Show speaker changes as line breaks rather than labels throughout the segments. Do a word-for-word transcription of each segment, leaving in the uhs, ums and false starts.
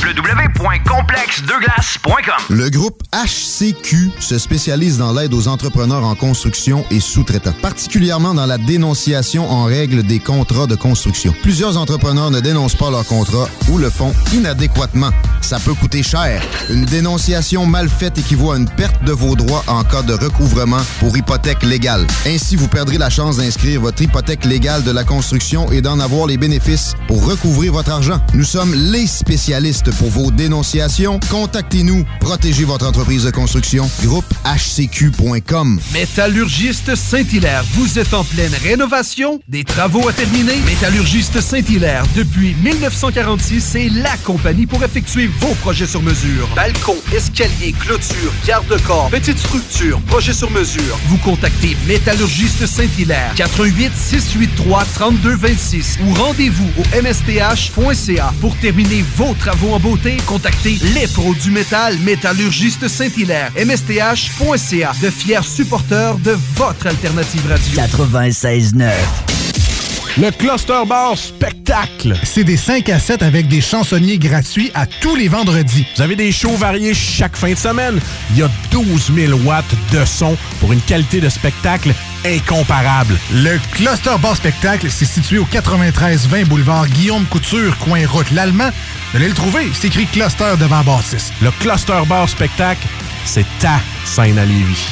w w w point complexe deux glaces point com.
Le groupe H C Q se spécialise dans l'aide aux entrepreneurs en construction et sous-traitants, particulièrement dans la dénonciation en règle des contrats de construction. Plusieurs entrepreneurs ne dénoncent pas leurs contrats ou le font inadéquatement. Ça peut coûter cher. Une dénonciation mal faite équivaut à une perte de vos droits en cas de recouvrement pour hypothèque légale. Ainsi, vous perdrez la chance d'inscrire votre hypothèque légale de la construction et d'en avoir les bénéfices pour recouvrir votre argent. Nous sommes les spécialistes pour vos dénonciations. Contactez-nous. Protégez votre entreprise de construction. Groupe H C Q point com.
Métallurgiste Saint-Hilaire, vous êtes en pleine rénovation? Des travaux à terminer? Métallurgiste Saint-Hilaire, depuis dix-neuf cent quarante-six, c'est la compagnie pour effectuer vos projets sur mesure. Balcon, escalier, clôture, garde-corps, petite structure, projet sur mesure. Vous contactez Métallurgiste Saint-Hilaire, quatre un huit, six huit trois, trois deux deux six ou rendez-vous au m s t h point c a. Pour terminer vos travaux en beauté, contactez les pros du métal, Métallurgiste Saint-Hilaire, m s t h point c a, de fiers supporters de votre alternative radio.
quatre-vingt-seize neuf.
Le Cluster Bar Spectacle.
C'est des cinq à sept avec des chansonniers gratuits à tous les vendredis.
Vous avez des shows variés chaque fin de semaine. Il y a douze mille watts de son pour une qualité de spectacle incomparable.
Le Cluster Bar Spectacle, c'est situé au quatre-vingt-treize vingt boulevard Guillaume Couture, coin route l'Allemand. Vous allez le trouver, c'est écrit Cluster devant Bâtisse.
Le Cluster Bar Spectacle, c'est ta scène à Lévis.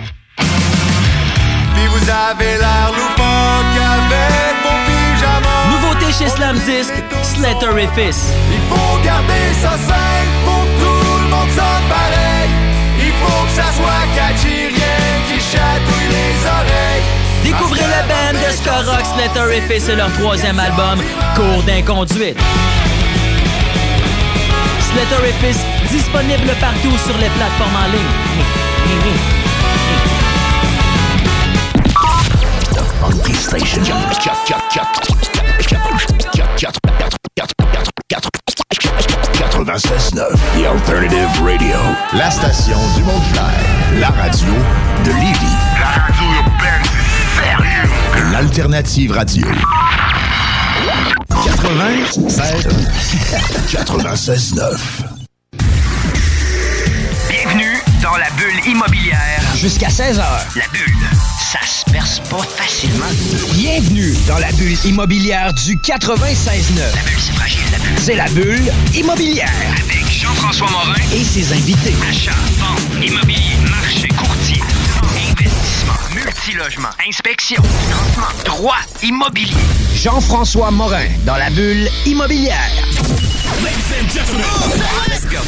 Puis vous avez l'air loufoque avec vos pyjamas.
Nouveauté chez Slam Disc, Slatterifice.
Il faut garder ça simple pour que tout le monde sonne pareil. Il faut que ça soit catchy, rien qui chatouille les oreilles.
Découvrez le band de ska rock Slatterifice et leur troisième album, Cours d'inconduite. Slatterifice, disponible partout sur les plateformes en ligne.
The Funky Station. quatre-vingt-seize neuf. The Alternative Radio. La station du Mont-Clair. La radio de Lévis.
La radio urbaine, c'est sérieux.
L'Alternative Radio. quatre-vingt-seize quatre-vingt-seize neuf.
Bienvenue dans la bulle immobilière.
Jusqu'à seize heures.
La bulle, ça se perce pas facilement.
Bienvenue dans la bulle immobilière du quatre-vingt-seize neuf.
La bulle, c'est fragile, la bulle.
C'est la bulle immobilière.
Avec Jean-François Morin
et ses invités.
Achat, vente, immobilier, marché, courtier, investissement, multilogement, inspection, financement, droit immobilier.
Jean-François Morin dans la bulle immobilière.
Let's go.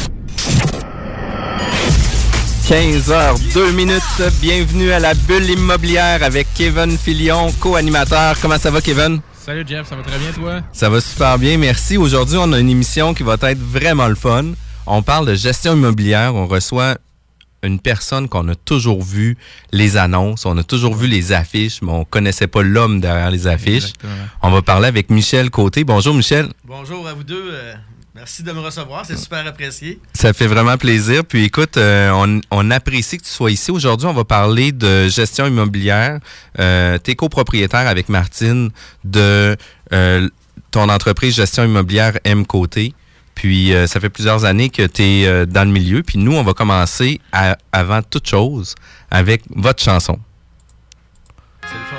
quinze heures deux minutes. Bienvenue à la bulle immobilière avec Kevin Filion, co-animateur. Comment ça va, Kevin?
Salut, Jeff. Ça va très bien, toi?
Ça va super bien, merci. Aujourd'hui, on a une émission qui va être vraiment le fun. On parle de gestion immobilière. On reçoit une personne qu'on a toujours vu les annonces, on a toujours vu les affiches, mais on ne connaissait pas l'homme derrière les affiches. Exactement. On va parler avec Michel Côté. Bonjour, Michel.
Bonjour à vous deux. Euh, merci de me recevoir. C'est super apprécié.
Ça fait vraiment plaisir. Puis écoute, euh, on, on apprécie que tu sois ici. Aujourd'hui, on va parler de gestion immobilière. Euh, tu es copropriétaire avec Martine de euh, ton entreprise gestion immobilière M Côté. Puis, euh, ça fait plusieurs années que tu es euh, dans le milieu. Puis nous, on va commencer à, avant toute chose avec votre chanson.
C'est le fun.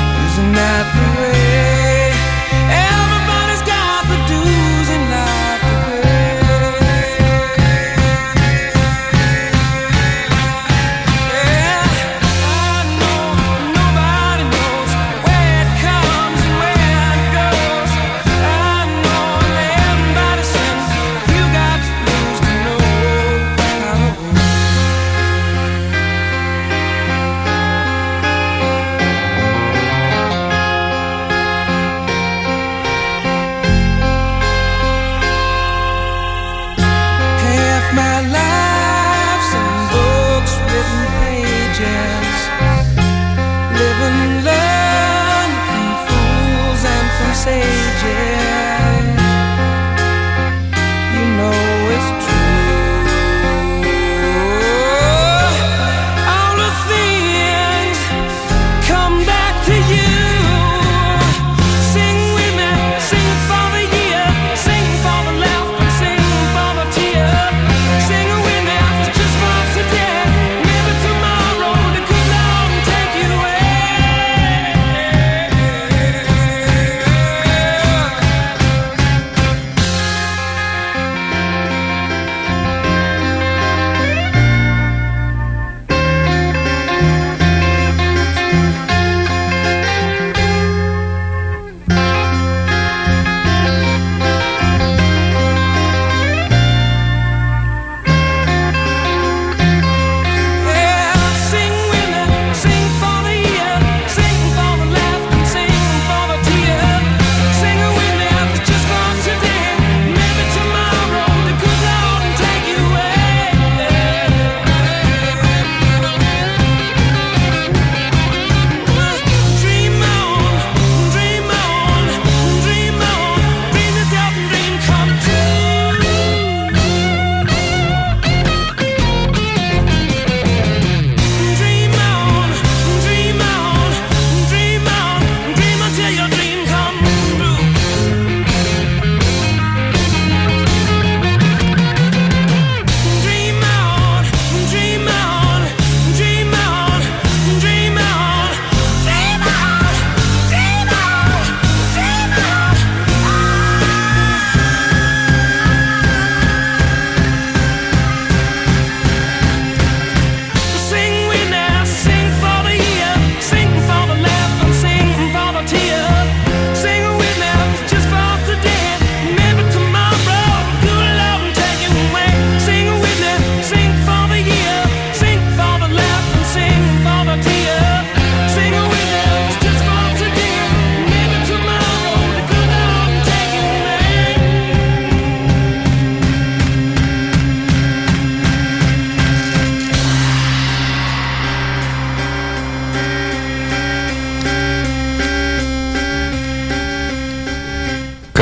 Everybody's got the do's in life to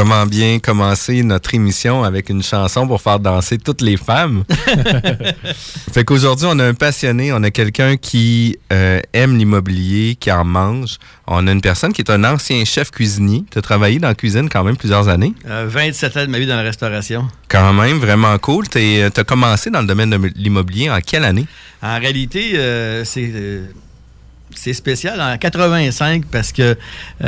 Comment bien commencer notre émission avec une chanson pour faire danser toutes les femmes. Fait qu'aujourd'hui, on a un passionné, on a quelqu'un qui euh, aime l'immobilier, qui en mange. On a une personne qui est un ancien chef cuisinier. Tu as travaillé dans la cuisine quand même plusieurs années.
Euh, vingt-sept ans de ma vie dans la restauration.
Quand même, vraiment cool. Tu as commencé dans le domaine de l'immobilier en quelle année? En
réalité, euh, c'est... Euh, c'est spécial en quatre-vingt-cinq parce que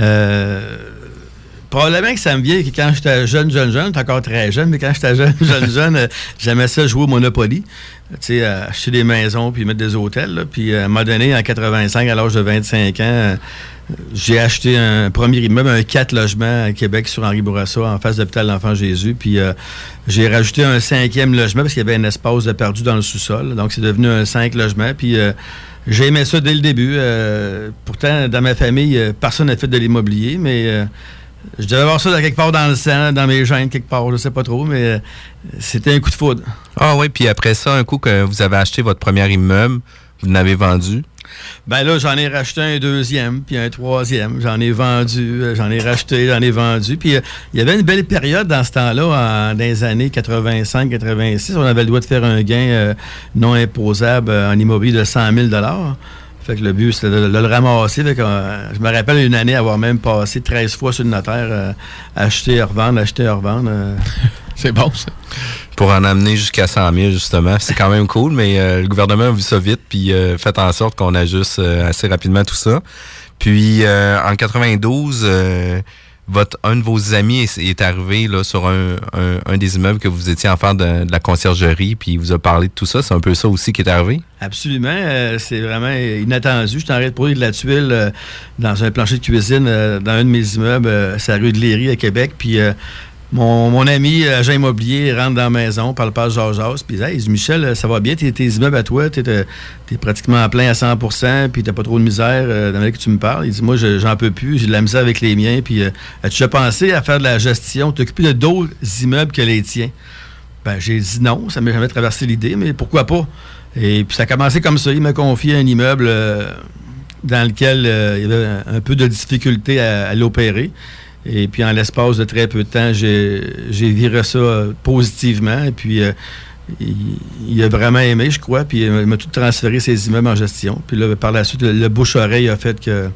euh, probablement que ça me vient que quand j'étais jeune, jeune, jeune, j'étais encore très jeune, mais quand j'étais jeune, jeune, jeune, euh, j'aimais ça jouer au Monopoly. Tu sais, acheter des maisons puis mettre des hôtels. Là. Puis à un moment donné, en quatre-vingt-cinq, à l'âge de vingt-cinq ans, euh, j'ai acheté un premier immeuble, un quatre logements à Québec sur Henri Bourassa, en face de l'hôpital d'Enfant Jésus. Puis euh, j'ai rajouté un cinquième logement parce qu'il y avait un espace de perdu dans le sous-sol. Donc c'est devenu un cinq logements. Puis euh, j'ai aimé ça dès le début. Euh, pourtant, dans ma famille, personne n'a fait de l'immobilier, mais euh, je devais avoir ça quelque part dans le sang, dans mes gènes, quelque part, je sais pas trop, mais euh, c'était un coup de foudre.
Ah oui, puis après ça, un coup que vous avez acheté votre premier immeuble, vous l'avez vendu?
Ben là, j'en ai racheté un deuxième, puis un troisième. J'en ai vendu, j'en ai racheté, j'en ai vendu. Puis il euh, y avait une belle période dans ce temps-là, en, dans les années quatre-vingt-cinq quatre-vingt-six. On avait le droit de faire un gain euh, non imposable euh, en immobilier de cent mille dollars. Fait que le but, c'était de, de, de le ramasser. Fait que, euh, je me rappelle une année avoir même passé treize fois sur le notaire, euh, acheter, revendre, acheter, revendre. Euh.
C'est bon, ça.
Pour en amener jusqu'à cent mille, justement. C'est quand même cool, mais euh, le gouvernement a vu ça vite, puis euh, fait en sorte qu'on ajuste euh, assez rapidement tout ça. Puis, euh, en quatre-vingt-douze, euh, votre, un de vos amis est, est arrivé là, sur un, un, un des immeubles que vous étiez en faire de, de la conciergerie, puis il vous a parlé de tout ça. C'est un peu ça aussi qui est arrivé?
Absolument. Euh, c'est vraiment inattendu. J'étais en train de produire de la tuile euh, dans un plancher de cuisine euh, dans un de mes immeubles, euh, c'est la rue de Léry à Québec, puis... Euh, Mon, mon ami, agent immobilier, rentre dans la maison, parle pas de Georges, puis hey, il dit, Michel, ça va bien, tes, tes immeubles à toi, t'es, t'es pratiquement plein à cent pour cent, puis t'as pas trop de misère euh, dans la que tu me parles. Il dit, moi, je, j'en peux plus, j'ai de la misère avec les miens, puis euh, as-tu déjà pensé à faire de la gestion, t'occuper de d'autres immeubles que les tiens? Ben, j'ai dit non, ça m'est jamais traversé l'idée, mais pourquoi pas? Et puis ça a commencé comme ça, il m'a confié un immeuble euh, dans lequel euh, il y avait un, un peu de difficulté à, à l'opérer. Et puis, en l'espace de très peu de temps, j'ai, j'ai viré ça euh, positivement. Et puis, euh, il, il a vraiment aimé, je crois. Puis, il m'a tout transféré ses immeubles en gestion. Puis là, par la suite, le, le bouche-oreille a fait que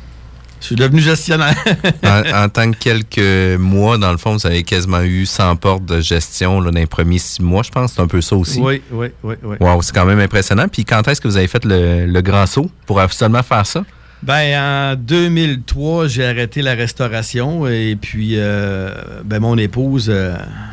je suis devenu gestionnaire.
en, en tant que quelques mois, dans le fond, vous avez quasiment eu cent portes de gestion là, dans les premiers six mois, je pense. C'est un peu ça aussi.
Oui, oui, oui. oui.
Wow, c'est quand même impressionnant. Puis, quand est-ce que vous avez fait le, le grand saut pour seulement faire ça?
Ben, en deux mille trois, j'ai arrêté la restauration et puis euh, ben, mon épouse, euh,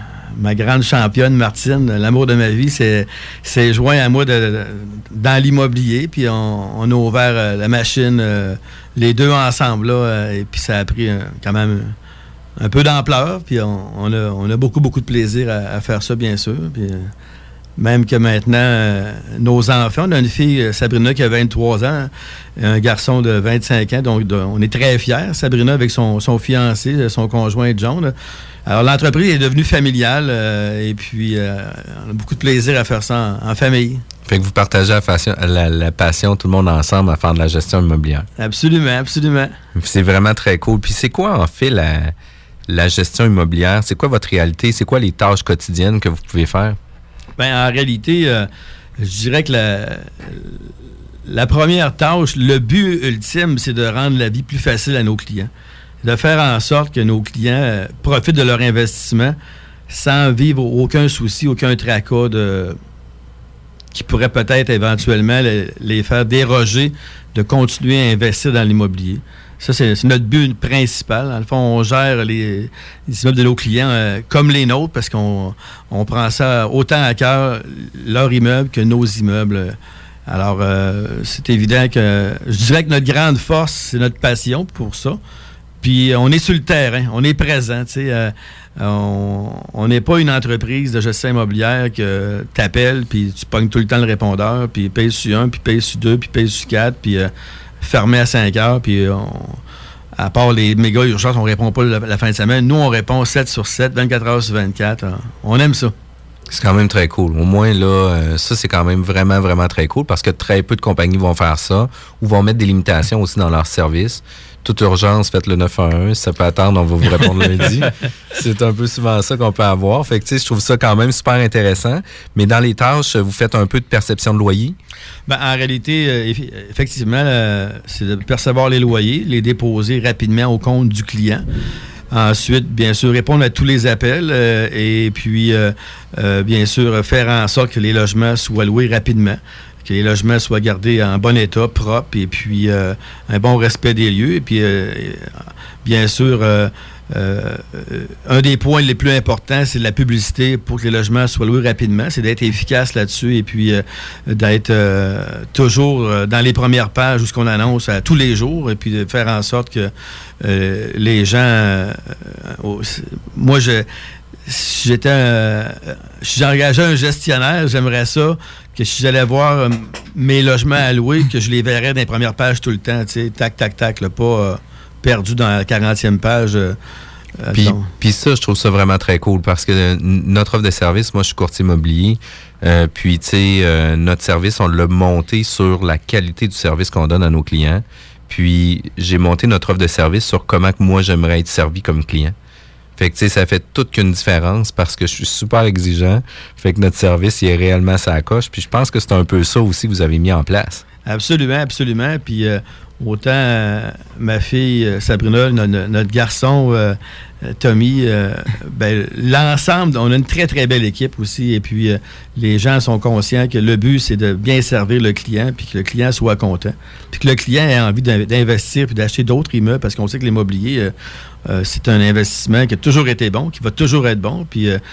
ma grande championne Martine, l'amour de ma vie, s'est, s'est joint à moi de, de, dans l'immobilier. Puis on, on a ouvert euh, la machine, euh, les deux ensemble, là, euh, et puis ça a pris euh, quand même un peu d'ampleur. Puis on, on, a, on a beaucoup, beaucoup de plaisir à, à faire ça, bien sûr. Puis, euh, même que maintenant, euh, nos enfants, on a une fille, Sabrina, qui a vingt-trois ans, et un garçon de vingt-cinq ans, donc de, on est très fiers. Sabrina avec son, son fiancé, son conjoint John. Là. Alors, l'entreprise est devenue familiale euh, et puis euh, on a beaucoup de plaisir à faire ça en, en famille.
Fait que vous partagez la, passion, la, la passion, tout le monde ensemble, à faire de la gestion immobilière.
Absolument, absolument.
C'est vraiment très cool. Puis c'est quoi, en fait, la, la gestion immobilière? C'est quoi votre réalité? C'est quoi les tâches quotidiennes que vous pouvez faire?
Bien, en réalité, euh, je dirais que la, la première tâche, le but ultime, c'est de rendre la vie plus facile à nos clients. De faire en sorte que nos clients euh, profitent de leur investissement sans vivre aucun souci, aucun tracas de, qui pourrait peut-être éventuellement les, les faire déroger de continuer à investir dans l'immobilier. Ça, c'est, c'est notre but principal. Dans le fond, on gère les, les immeubles de nos clients euh, comme les nôtres parce qu'on on prend ça autant à cœur, leur immeuble, que nos immeubles. Alors, euh, c'est évident que je dirais que notre grande force, c'est notre passion pour ça. Puis, on est sur le terrain, on est présent. Tu sais, euh, on n'est pas une entreprise de gestion immobilière que tu appelles, puis tu pognes tout le temps le répondeur, puis paye sur un, puis paye sur deux, puis paye sur quatre, puis... Euh, fermé à cinq heures, puis on, à part les méga urgences, on répond pas la, la fin de semaine. Nous, on répond sept sur sept, vingt-quatre heures sur vingt-quatre. On aime ça.
C'est quand même très cool. Au moins, là, euh, ça, c'est quand même vraiment, vraiment très cool parce que très peu de compagnies vont faire ça ou vont mettre des limitations aussi dans leur service. Toute urgence, faites le neuf un un. Si ça peut attendre, on va vous répondre lundi. C'est un peu souvent ça qu'on peut avoir. Fait que, tu sais, je trouve ça quand même super intéressant. Mais dans les tâches, vous faites un peu de perception de loyer?
Ben, en réalité, euh, eff- effectivement, euh, c'est de percevoir les loyers, les déposer rapidement au compte du client. Ensuite, bien sûr, répondre à tous les appels euh, et puis, euh, euh, bien sûr, faire en sorte que les logements soient loués rapidement, que les logements soient gardés en bon état, propres, et puis euh, un bon respect des lieux. Et puis, euh, bien sûr, euh, euh, un des points les plus importants, c'est la publicité pour que les logements soient loués rapidement. C'est d'être efficace là-dessus et puis euh, d'être euh, toujours dans les premières pages où ce qu'on annonce à tous les jours et puis de faire en sorte que euh, les gens... Euh, euh, moi, je... Si j'étais euh, si j'engageais un gestionnaire, j'aimerais ça que si j'allais voir euh, mes logements à louer, que je les verrais dans les premières pages tout le temps, tu sais, tac, tac, tac, là, pas euh, perdu dans la quarantième page. Euh,
Puis, puis ça, je trouve ça vraiment très cool parce que euh, notre offre de service, moi, je suis courtier immobilier. Euh, puis, tu sais, euh, notre service, on l'a monté sur la qualité du service qu'on donne à nos clients. Puis, j'ai monté notre offre de service sur comment que moi, j'aimerais être servi comme client. Fait que, tu sais, ça fait toute qu'une différence parce que je suis super exigeant. Fait que notre service, il est réellement sa coche. Puis, je pense que c'est un peu ça aussi que vous avez mis en place.
Absolument, absolument. Puis, euh, autant euh, ma fille euh, Sabrina, notre, notre garçon euh, Tommy, euh, ben, l'ensemble, on a une très, très belle équipe aussi. Et puis, euh, les gens sont conscients que le but, c'est de bien servir le client puis que le client soit content. Puis que le client ait envie d'investir puis d'acheter d'autres immeubles parce qu'on sait que l'immobilier, euh, euh, c'est un investissement qui a toujours été bon, qui va toujours être bon. Puis, euh,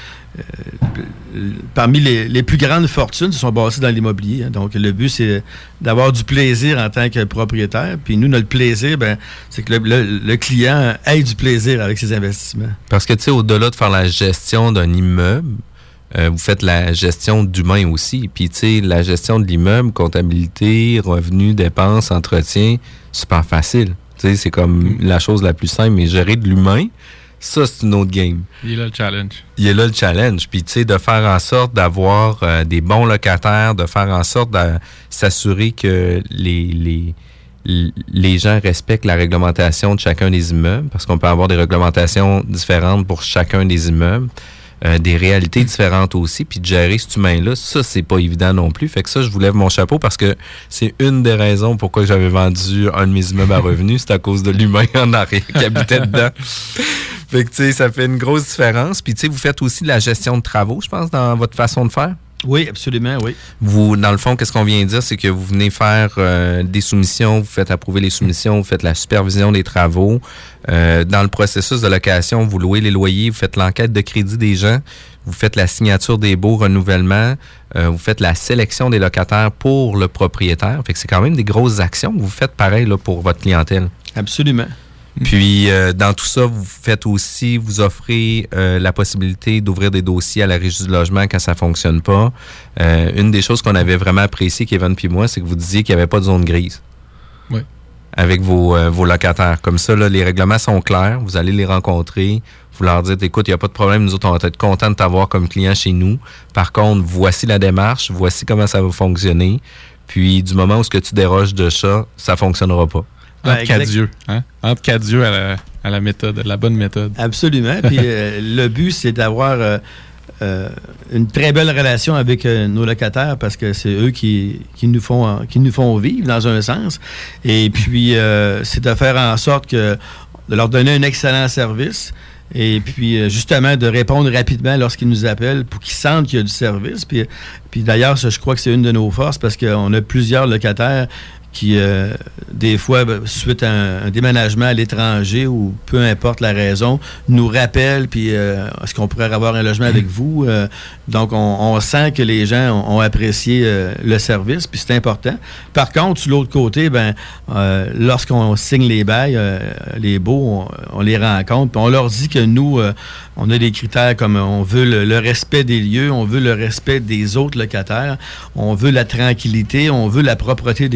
Euh, parmi les, les plus grandes fortunes se sont bâties dans l'immobilier. Hein. Donc, le but, c'est d'avoir du plaisir en tant que propriétaire. Puis nous, notre plaisir, ben, c'est que le, le, le client ait du plaisir avec ses investissements.
Parce que, tu sais, au-delà de faire la gestion d'un immeuble, euh, vous faites la gestion d'humain aussi. Puis, tu sais, la gestion de l'immeuble, comptabilité, revenus, dépenses, entretien, super facile. Tu sais, c'est comme la chose la plus simple. Mais gérer de l'humain, ça, c'est une autre game.
Il est là le challenge.
Il est là le challenge. Puis, tu sais, de faire en sorte d'avoir euh, des bons locataires, de faire en sorte de s'assurer que les, les, les gens respectent la réglementation de chacun des immeubles, parce qu'on peut avoir des réglementations différentes pour chacun des immeubles, euh, des réalités différentes aussi, puis de gérer cet humain-là, ça, c'est pas évident non plus. Fait que ça, je vous lève mon chapeau parce que c'est une des raisons pourquoi j'avais vendu un de mes immeubles à revenus, c'est à cause de l'humain en arrière qui habitait dedans. Fait que, tu sais, ça fait une grosse différence. Puis, tu sais, vous faites aussi de la gestion de travaux, je pense, dans votre façon de faire.
Oui, absolument, oui.
Vous, dans le fond, qu'est-ce qu'on vient de dire, c'est que vous venez faire euh, des soumissions, vous faites approuver les soumissions, vous faites la supervision des travaux. Euh, dans le processus de location, vous louez les loyers, vous faites l'enquête de crédit des gens, vous faites la signature des baux, renouvellement, euh, vous faites la sélection des locataires pour le propriétaire. Fait que c'est quand même des grosses actions que vous faites pareil là, pour votre clientèle.
Absolument.
Puis, euh, dans tout ça, vous faites aussi, vous offrez euh, la possibilité d'ouvrir des dossiers à la Régie du logement quand ça fonctionne pas. Euh, une des choses qu'on avait vraiment apprécié, Kevin puis moi, c'est que vous disiez qu'il n'y avait pas de zone grise.
Oui.
Avec vos, euh, vos locataires. Comme ça, là, les règlements sont clairs. Vous allez les rencontrer. Vous leur dites, écoute, il n'y a pas de problème. Nous autres, on va être contents de t'avoir comme client chez nous. Par contre, voici la démarche. Voici comment ça va fonctionner. Puis, du moment où ce que tu déroges de ça, ça fonctionnera pas.
Entre quatre yeux, hein? Entre quatre yeux à la, à la méthode, à la bonne méthode.
Absolument. Puis euh, le but, c'est d'avoir euh, euh, une très belle relation avec euh, nos locataires parce que c'est eux qui, qui, nous font, qui nous font vivre dans un sens. Et puis, euh, c'est de faire en sorte que de leur donner un excellent service. Et puis, justement, de répondre rapidement lorsqu'ils nous appellent pour qu'ils sentent qu'il y a du service. Puis, puis d'ailleurs, ça, je crois que c'est une de nos forces parce qu'on a plusieurs locataires qui, euh, des fois, suite à un, un déménagement à l'étranger ou peu importe la raison, nous rappellent, puis euh, est-ce qu'on pourrait avoir un logement avec vous? Euh, donc, on, on sent que les gens ont, ont apprécié euh, le service, puis c'est important. Par contre, sur l'autre côté, ben, euh, lorsqu'on signe les bails, euh, les baux, on, on les rencontre, puis on leur dit que nous, euh, on a des critères comme on veut le, le respect des lieux, on veut le respect des autres locataires, on veut la tranquillité, on veut la propreté des lieux.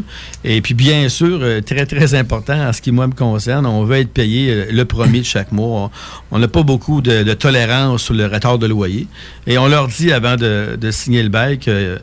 Et puis, bien sûr, euh, très, très important en ce qui, moi, me concerne, on veut être payé euh, le premier de chaque mois. On n'a pas beaucoup de, de tolérance sur le retard de loyer. Et on leur dit, avant de, de signer le bail, que euh,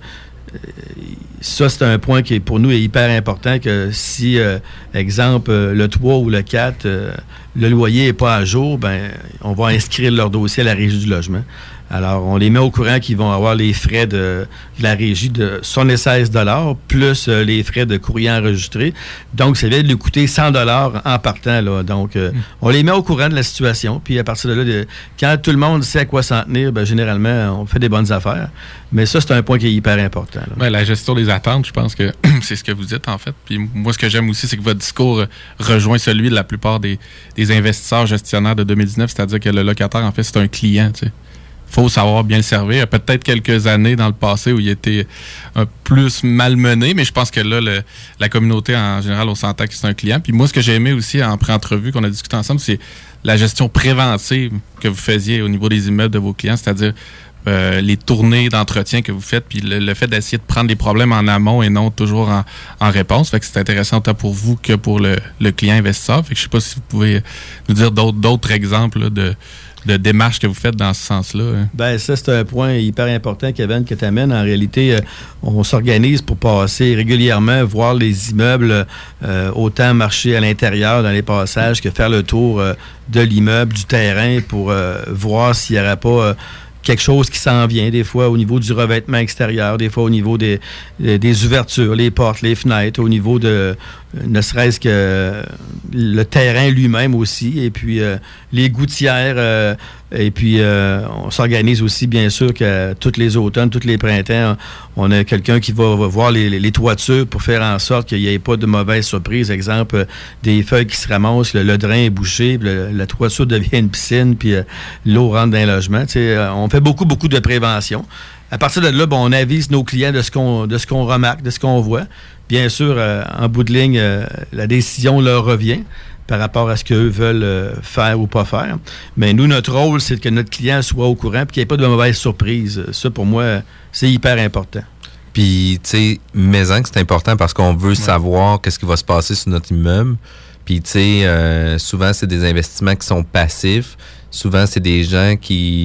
ça, c'est un point qui, pour nous, est hyper important, que si, euh, exemple, euh, le trois ou le quatre, euh, le loyer n'est pas à jour, ben, on va inscrire leur dossier à la Régie du logement. Alors, on les met au courant qu'ils vont avoir les frais de, de la régie de soixante-seize dollars plus euh, les frais de courrier enregistré. Donc, ça vient de lui coûter cent dollars en partant, là. Donc, euh, mm. on les met au courant de la situation. Puis, à partir de là, de, quand tout le monde sait à quoi s'en tenir, ben, généralement, on fait des bonnes affaires. Mais ça, c'est un point qui est hyper important.
Ouais, la gestion des attentes, je pense que c'est ce que vous dites, en fait. Puis, moi, ce que j'aime aussi, c'est que votre discours rejoint celui de la plupart des, des investisseurs gestionnaires de deux mille dix-neuf, c'est-à-dire que le locataire, en fait, c'est un client, tu sais. Faut savoir bien le servir. Il y a peut-être quelques années dans le passé où il était un plus malmené, mais je pense que là, le, la communauté en général, on s'entend que c'est un client. Puis moi, ce que j'ai aimé aussi en pré-entrevue qu'on a discuté ensemble, c'est la gestion préventive que vous faisiez au niveau des immeubles de vos clients, c'est-à-dire euh, les tournées d'entretien que vous faites, puis le, le fait d'essayer de prendre les problèmes en amont et non toujours en, en réponse. Fait que c'est intéressant tant pour vous que pour le, le client investisseur. Fait que je sais pas si vous pouvez nous dire d'autres, d'autres exemples là, de de démarches que vous faites dans ce sens-là? Hein?
Bien, ça, c'est un point hyper important, Kevin, que tu amènes. En réalité, euh, on s'organise pour passer régulièrement, voir les immeubles, euh, autant marcher à l'intérieur, dans les passages, que faire le tour euh, de l'immeuble, du terrain, pour euh, voir s'il n'y aurait pas... Euh, quelque chose qui s'en vient, des fois au niveau du revêtement extérieur, des fois au niveau des, des, des ouvertures, les portes, les fenêtres, au niveau de, ne serait-ce que euh, le terrain lui-même aussi, et puis euh, les gouttières, euh, et puis euh, on s'organise aussi, bien sûr, que tous les automnes, tous les printemps, on a quelqu'un qui va, va voir les, les toitures pour faire en sorte qu'il n'y ait pas de mauvaise surprise. Exemple, euh, des feuilles qui se ramassent, le, le drain est bouché, puis le, la toiture devient une piscine, puis euh, l'eau rentre dans un logement. Tu sais, on fait beaucoup, beaucoup de prévention. À partir de là, bon, on avise nos clients de ce qu'on, de ce qu'on remarque, de ce qu'on voit. Bien sûr, euh, en bout de ligne, euh, la décision leur revient par rapport à ce qu'eux veulent euh, faire ou pas faire. Mais nous, notre rôle, c'est que notre client soit au courant et qu'il n'y ait pas de mauvaise surprise. Ça, pour moi, c'est hyper important.
Puis, tu sais, maison, c'est important parce qu'on veut ouais. savoir qu'est-ce qui va se passer sur notre immeuble. Puis, tu sais, euh, souvent, c'est des investissements qui sont passifs. Souvent, c'est des gens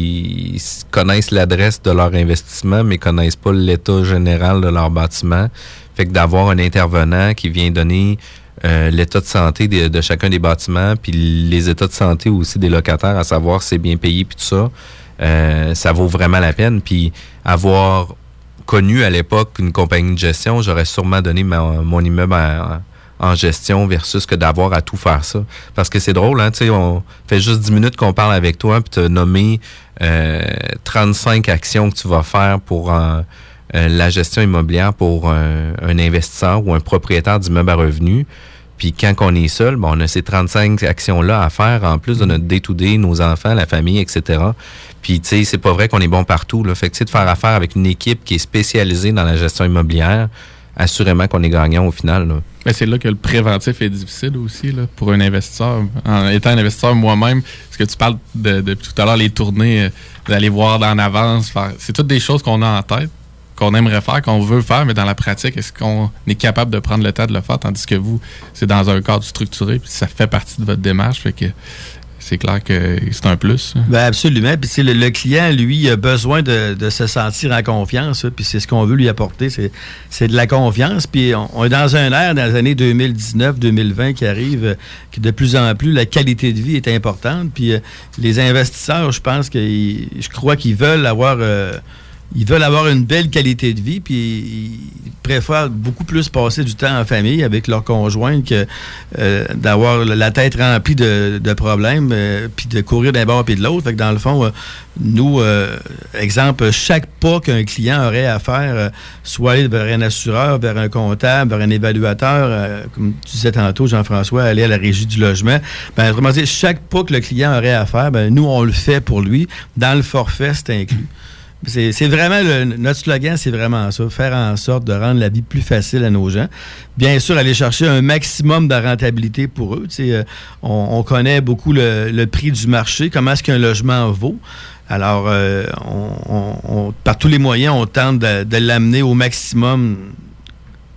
qui connaissent l'adresse de leur investissement, mais connaissent pas l'état général de leur bâtiment. Fait que d'avoir un intervenant qui vient donner euh, l'état de santé de, de chacun des bâtiments, puis les états de santé aussi des locataires, à savoir si c'est bien payé, puis tout ça, euh, ça vaut vraiment la peine. Puis avoir connu à l'époque une compagnie de gestion, j'aurais sûrement donné ma, mon immeuble à, en gestion versus que d'avoir à tout faire ça. Parce que c'est drôle, hein, tu sais, on fait juste dix minutes qu'on parle avec toi, puis tu as nommé euh, trente-cinq actions que tu vas faire pour euh, euh, la gestion immobilière pour un, un investisseur ou un propriétaire d'immeuble à revenus. Puis quand on est seul, bon, on a ces trente-cinq actions-là à faire, en plus de notre day-to-day, nos enfants, la famille, et cetera. Puis, tu sais, c'est pas vrai qu'on est bon partout, là. Fait que, tu sais, de faire affaire avec une équipe qui est spécialisée dans la gestion immobilière, assurément qu'on est gagnant au final, là.
Mais c'est là que le préventif est difficile aussi, là, pour un investisseur. En étant un investisseur moi-même, parce que tu parles de, de tout à l'heure, les tournées, euh, d'aller voir en avance, faire, c'est toutes des choses qu'on a en tête, qu'on aimerait faire, qu'on veut faire, mais dans la pratique, est-ce qu'on est capable de prendre le temps de le faire, tandis que vous, c'est dans un cadre structuré, puis ça fait partie de votre démarche, fait que c'est clair que c'est un plus.
Bien, absolument. Puis le, le client, lui, il a besoin de, de se sentir en confiance. Puis c'est ce qu'on veut lui apporter, c'est, c'est de la confiance. Puis on, on est dans un air, dans les années deux mille dix-neuf deux mille vingt qui arrive, que de plus en plus, la qualité de vie est importante. Puis euh, les investisseurs, je pense que je crois qu'ils veulent avoir... Euh, Ils veulent avoir une belle qualité de vie, puis ils préfèrent beaucoup plus passer du temps en famille avec leur conjointe que euh, d'avoir la tête remplie de, de problèmes, euh, puis de courir d'un bord puis de l'autre. Fait que dans le fond, euh, nous, euh, exemple, chaque pas qu'un client aurait à faire, euh, soit aller vers un assureur, vers un comptable, vers un évaluateur, euh, comme tu disais tantôt, Jean-François, aller à la régie du logement, ben, vraiment dire, chaque pas que le client aurait à faire, ben, nous, on le fait pour lui. Dans le forfait, c'est inclus. C'est, c'est vraiment, le, notre slogan, c'est vraiment ça, faire en sorte de rendre la vie plus facile à nos gens. Bien sûr, aller chercher un maximum de rentabilité pour eux. Tu sais, euh, on, on connaît beaucoup le, le prix du marché, comment est-ce qu'un logement vaut. Alors, euh, on, on, on, par tous les moyens, on tente de, de l'amener au maximum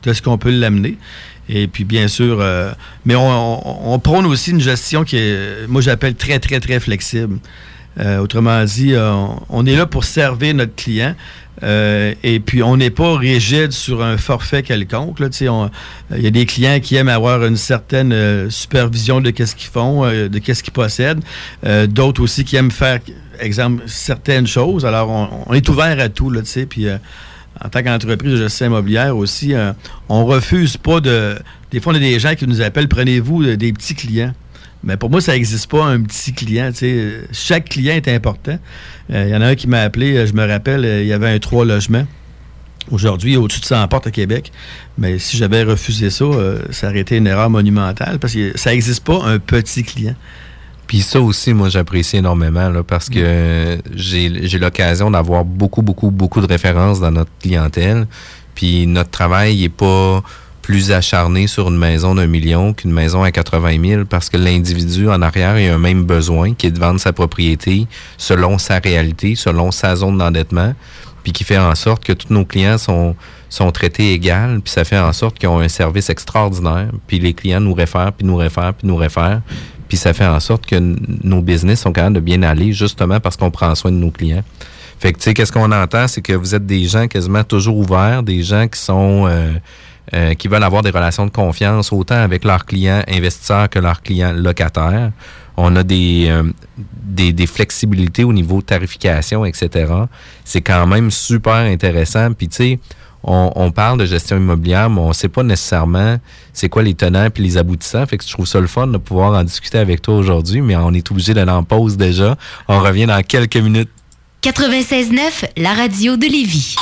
de ce qu'on peut l'amener. Et puis, bien sûr, euh, mais on, on, on prône aussi une gestion qui est, moi, j'appelle très, très, très flexible. Euh, autrement dit, euh, on, on est là pour servir notre client. Euh, et puis, on n'est pas rigide sur un forfait quelconque. Il y a des clients qui aiment avoir une certaine euh, supervision de qu'est-ce qu'ils font, euh, de qu'est-ce qu'ils possèdent. Euh, d'autres aussi qui aiment faire, exemple, certaines choses. Alors, on, on est ouvert à tout, là, tu sais, puis... Euh, en tant qu'entreprise de gestion immobilière aussi, euh, on refuse pas de... Des fois, on a des gens qui nous appellent « Prenez-vous des petits clients ». Mais pour moi, ça n'existe pas, un petit client. Tu sais. Chaque client est important. Il euh, y en a un qui m'a appelé, je me rappelle, il y avait un trois logements. Aujourd'hui, au-dessus de cent portes à Québec. Mais si j'avais refusé ça, euh, ça aurait été une erreur monumentale parce que ça n'existe pas, un petit client.
Puis ça aussi, moi, j'apprécie énormément là, parce que euh, j'ai, j'ai l'occasion d'avoir beaucoup, beaucoup, beaucoup de références dans notre clientèle. Puis notre travail n'est pas plus acharné sur une maison d'un million qu'une maison à quatre-vingt mille parce que l'individu en arrière il a un même besoin qui est de vendre sa propriété selon sa réalité, selon sa zone d'endettement, puis qui fait en sorte que tous nos clients sont, sont traités égales, puis ça fait en sorte qu'ils ont un service extraordinaire, puis les clients nous réfèrent, puis nous réfèrent, puis nous réfèrent. Puis ça fait en sorte que n- nos business sont capables de bien aller, justement parce qu'on prend soin de nos clients. Fait que, tu sais, qu'est-ce qu'on entend, c'est que vous êtes des gens quasiment toujours ouverts, des gens qui sont... Euh, euh, qui veulent avoir des relations de confiance autant avec leurs clients investisseurs que leurs clients locataires. On a des, euh, des, des flexibilités au niveau de tarification, et cetera. C'est quand même super intéressant. Puis, tu sais, On, on parle de gestion immobilière, mais on ne sait pas nécessairement c'est quoi les tenants puis les aboutissants. Fait que je trouve ça le fun de pouvoir en discuter avec toi aujourd'hui, mais on est obligé d'aller en pause déjà. On revient dans quelques minutes.
quatre-vingt-seize neuf, la radio de Lévis.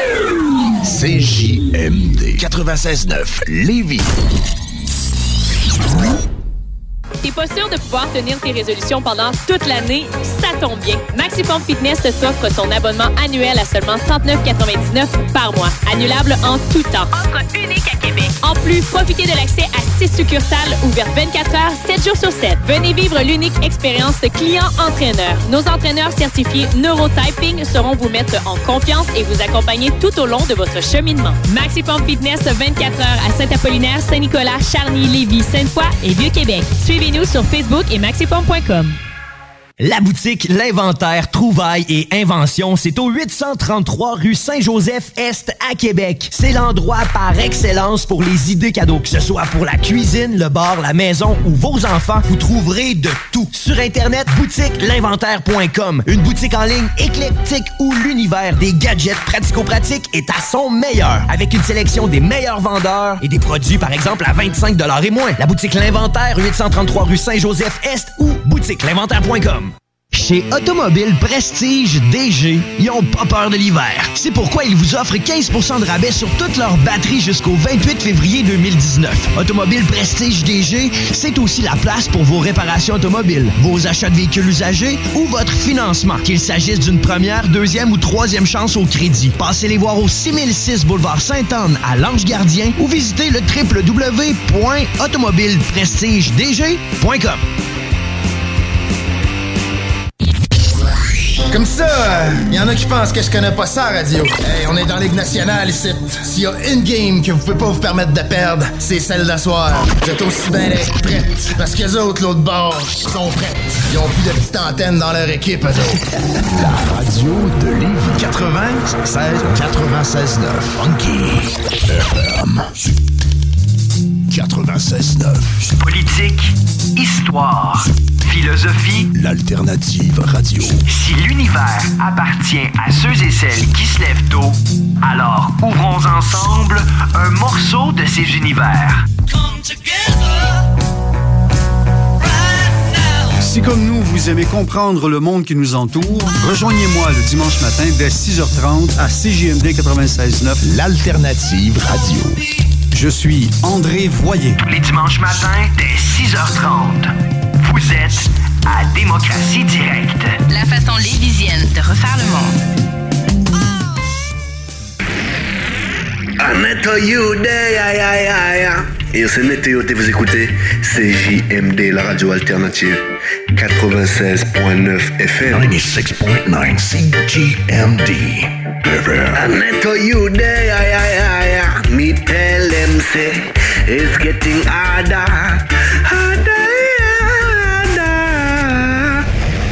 C J M D quatre-vingt-seize neuf, Lévis.
T'es pas sûr de pouvoir tenir tes résolutions pendant toute l'année? Ça tombe bien. Maximum Fitness t'offre son abonnement annuel à seulement trente-neuf quatre-vingt-dix-neuf par mois. Annulable en tout temps. Offre unique à Québec. En plus, profitez de l'accès à six succursales ouvertes vingt-quatre heures, sept jours sur sept. Venez vivre l'unique expérience client-entraîneur. Nos entraîneurs certifiés Neurotyping sauront vous mettre en confiance et vous accompagner tout au long de votre cheminement. Maximum Fitness vingt-quatre heures à Saint-Apollinaire, Saint-Nicolas, Charny, Lévis, Sainte-Foy et Vieux-Québec. Suivez-nous sur Facebook et maxipom point com.
La boutique L'Inventaire, Trouvailles et Inventions, c'est au huit cent trente-trois rue Saint-Joseph-Est à Québec. C'est l'endroit par excellence pour les idées cadeaux. Que ce soit pour la cuisine, le bar, la maison ou vos enfants, vous trouverez de tout. Sur Internet, boutique l'inventaire point com. Une boutique en ligne éclectique où l'univers des gadgets pratico-pratiques est à son meilleur. Avec une sélection des meilleurs vendeurs et des produits, par exemple, à vingt-cinq dollars et moins. La boutique L'Inventaire, huit cent trente-trois rue Saint-Joseph-Est ou boutique l'inventaire point com. Chez Automobile Prestige D G, ils n'ont pas peur de l'hiver. C'est pourquoi ils vous offrent quinze pour cent de rabais sur toutes leurs batteries jusqu'au vingt-huit février deux mille dix-neuf. Automobile Prestige D G, c'est aussi la place pour vos réparations automobiles, vos achats de véhicules usagés ou votre financement, qu'il s'agisse d'une première, deuxième ou troisième chance au crédit. Passez les voir au six mille six boulevard Sainte-Anne à l'Ange-Gardien ou visitez le w w w point automobile prestige d g point com.
Comme ça, il euh, y en a qui pensent que je connais pas ça, radio. Hey, on est dans la Ligue nationale ici. S'il y a une game que vous pouvez pas vous permettre de perdre, c'est celle d'asseoir. Vous êtes aussi bien d'être prêtes. Parce que les autres, l'autre bord, sont prêtes. Ils ont plus de petites antennes dans leur équipe, eux autres.
La radio de Lévis. quatre-vingt-seize quatre-vingt-seize neuf. Funky. F M. quatre-vingt-seize neuf.
Politique, histoire, philosophie.
L'alternative radio.
Si l'univers appartient à ceux et celles qui se lèvent tôt, alors ouvrons ensemble un morceau de ces univers.
Si comme nous, vous aimez comprendre le monde qui nous entoure, rejoignez-moi le dimanche matin dès six heures trente à C J M D quatre-vingt-seize neuf.
L'alternative radio.
Je suis André Voyer.
Tous les dimanches matins dès six heures trente. Vous êtes à Démocratie Directe.
La façon lévisienne de refaire le monde.
Météo Day, aïe aïe aïe. Et c'est Météo Day, vous écoutez C J M D, la radio alternative. quatre-vingt-seize neuf F M.
quatre-vingt-seize neuf C J M D.
Météo Day, aïe aïe aïe. Mi pelle say it's getting harder, harder, harder.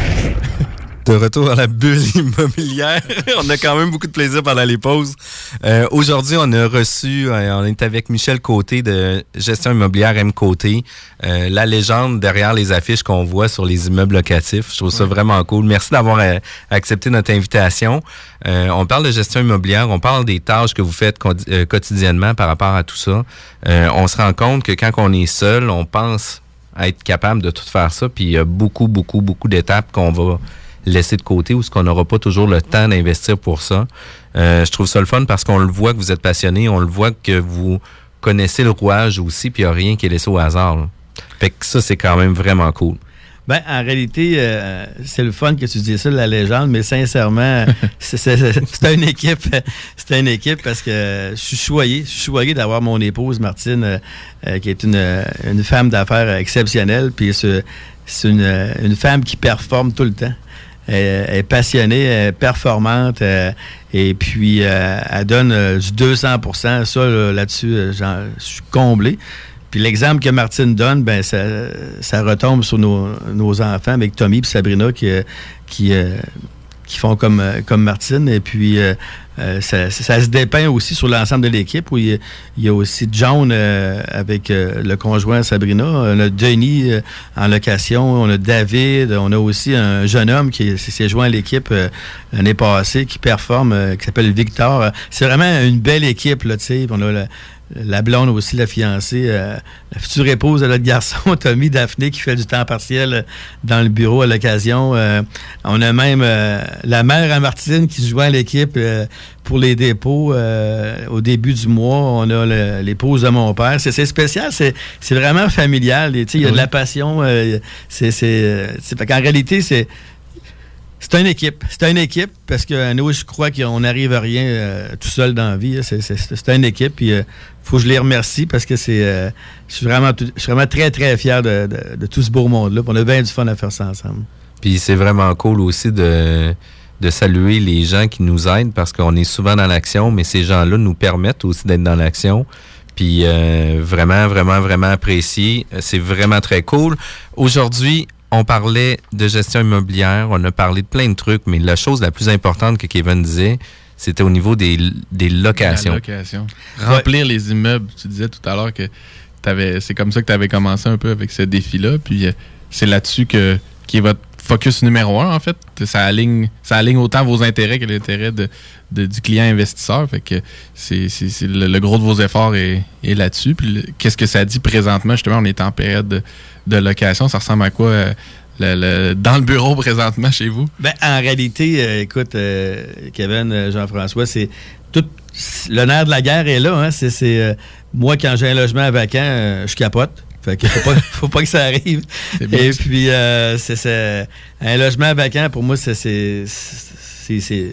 De retour à la bulle immobilière. On a quand même beaucoup de plaisir pendant les pauses. Euh, aujourd'hui, on a reçu, euh, on est avec Michel Côté de Gestion immobilière M Côté, euh, la légende derrière les affiches qu'on voit sur les immeubles locatifs. Je trouve ça ouais. vraiment cool. Merci d'avoir euh, accepté notre invitation. Euh, on parle de gestion immobilière, on parle des tâches que vous faites con- euh, quotidiennement par rapport à tout ça. Euh, on se rend compte que quand on est seul, on pense être capable de tout faire ça, puis il y a beaucoup, beaucoup, beaucoup d'étapes qu'on va laisser de côté ou ce qu'on n'aura pas toujours le temps d'investir pour ça. Euh, je trouve ça le fun parce qu'on le voit que vous êtes passionné, on le voit que vous connaissez le rouage aussi, puis il n'y a rien qui est laissé au hasard. Là. Fait que ça, c'est quand même vraiment cool.
Ben, en réalité, euh, c'est le fun que tu dis ça, la légende, mais sincèrement, c'est, c'est, c'est une équipe. C'est une équipe parce que je suis choyé. Je suis choyé d'avoir mon épouse, Martine, euh, qui est une, une femme d'affaires exceptionnelle. Puis c'est, c'est une, une femme qui performe tout le temps. Elle, elle est passionnée, elle est performante, euh, et puis euh, elle donne euh, du deux cents pour cent. Ça, là, là-dessus, euh, j'en, je suis comblé. Puis l'exemple que Martine donne, ben ça, ça retombe sur nos, nos enfants avec Tommy et Sabrina qui, qui, euh, qui font comme, comme Martine. Et puis, euh, ça, ça se dépeint aussi sur l'ensemble de l'équipe où il y a, il y a aussi John euh, avec euh, le conjoint Sabrina. On a Denis euh, en location. On a David. On a aussi un jeune homme qui s'est joint à l'équipe euh, l'année passée qui performe, euh, qui s'appelle Victor. C'est vraiment une belle équipe, là, tu sais. On a la, la blonde aussi, la fiancée, euh, la future épouse de notre garçon, Tommy Daphné, qui fait du temps partiel dans le bureau à l'occasion. Euh, on a même euh, la mère à Martine qui se joint à l'équipe euh, pour les dépôts euh, au début du mois. On a le, l'épouse de mon père. C'est, c'est spécial, c'est, c'est vraiment familial. Il y a oui. de la passion. Euh, c'est, c'est, c'est, fait qu'en réalité, c'est C'est une équipe. C'est une équipe parce que nous, je crois qu'on n'arrive à rien euh, tout seul dans la vie. C'est, c'est, c'est une équipe. Puis, il euh, faut que je les remercie parce que c'est, euh, je suis vraiment, je suis vraiment très, très fier de, de, de tout ce beau monde-là. On a bien du fun à faire ça ensemble.
Puis, c'est vraiment cool aussi de, de saluer les gens qui nous aident parce qu'on est souvent dans l'action, mais ces gens-là nous permettent aussi d'être dans l'action. Puis, euh, vraiment, vraiment, vraiment apprécié. C'est vraiment très cool. Aujourd'hui, on parlait de gestion immobilière, on a parlé de plein de trucs, mais la chose la plus importante que Kevin disait, c'était au niveau des, des locations.
La location. Remplir ouais. les immeubles. Tu disais tout à l'heure que t'avais, c'est comme ça que tu avais commencé un peu avec ce défi-là, puis euh, c'est là-dessus que, qui est votre focus numéro un, en fait. Ça aligne, ça aligne autant vos intérêts que l'intérêt de, de, du client investisseur. Fait que c'est, c'est, c'est le, le gros de vos efforts est, est là-dessus. Puis le, qu'est-ce que ça dit présentement? Justement, on est en période de, de location. Ça ressemble à quoi euh, le, le, dans le bureau présentement chez vous?
Ben, en réalité, euh, écoute, euh, Kevin, euh, Jean-François, c'est tout le nerf de la guerre est là. Hein? C'est, c'est euh, moi, quand j'ai un logement vacant, euh, je capote. Fait qu'il faut pas, faut pas que ça arrive. Et puis, euh, c'est, c'est, un logement vacant, pour moi, c'est, c'est, c'est, c'est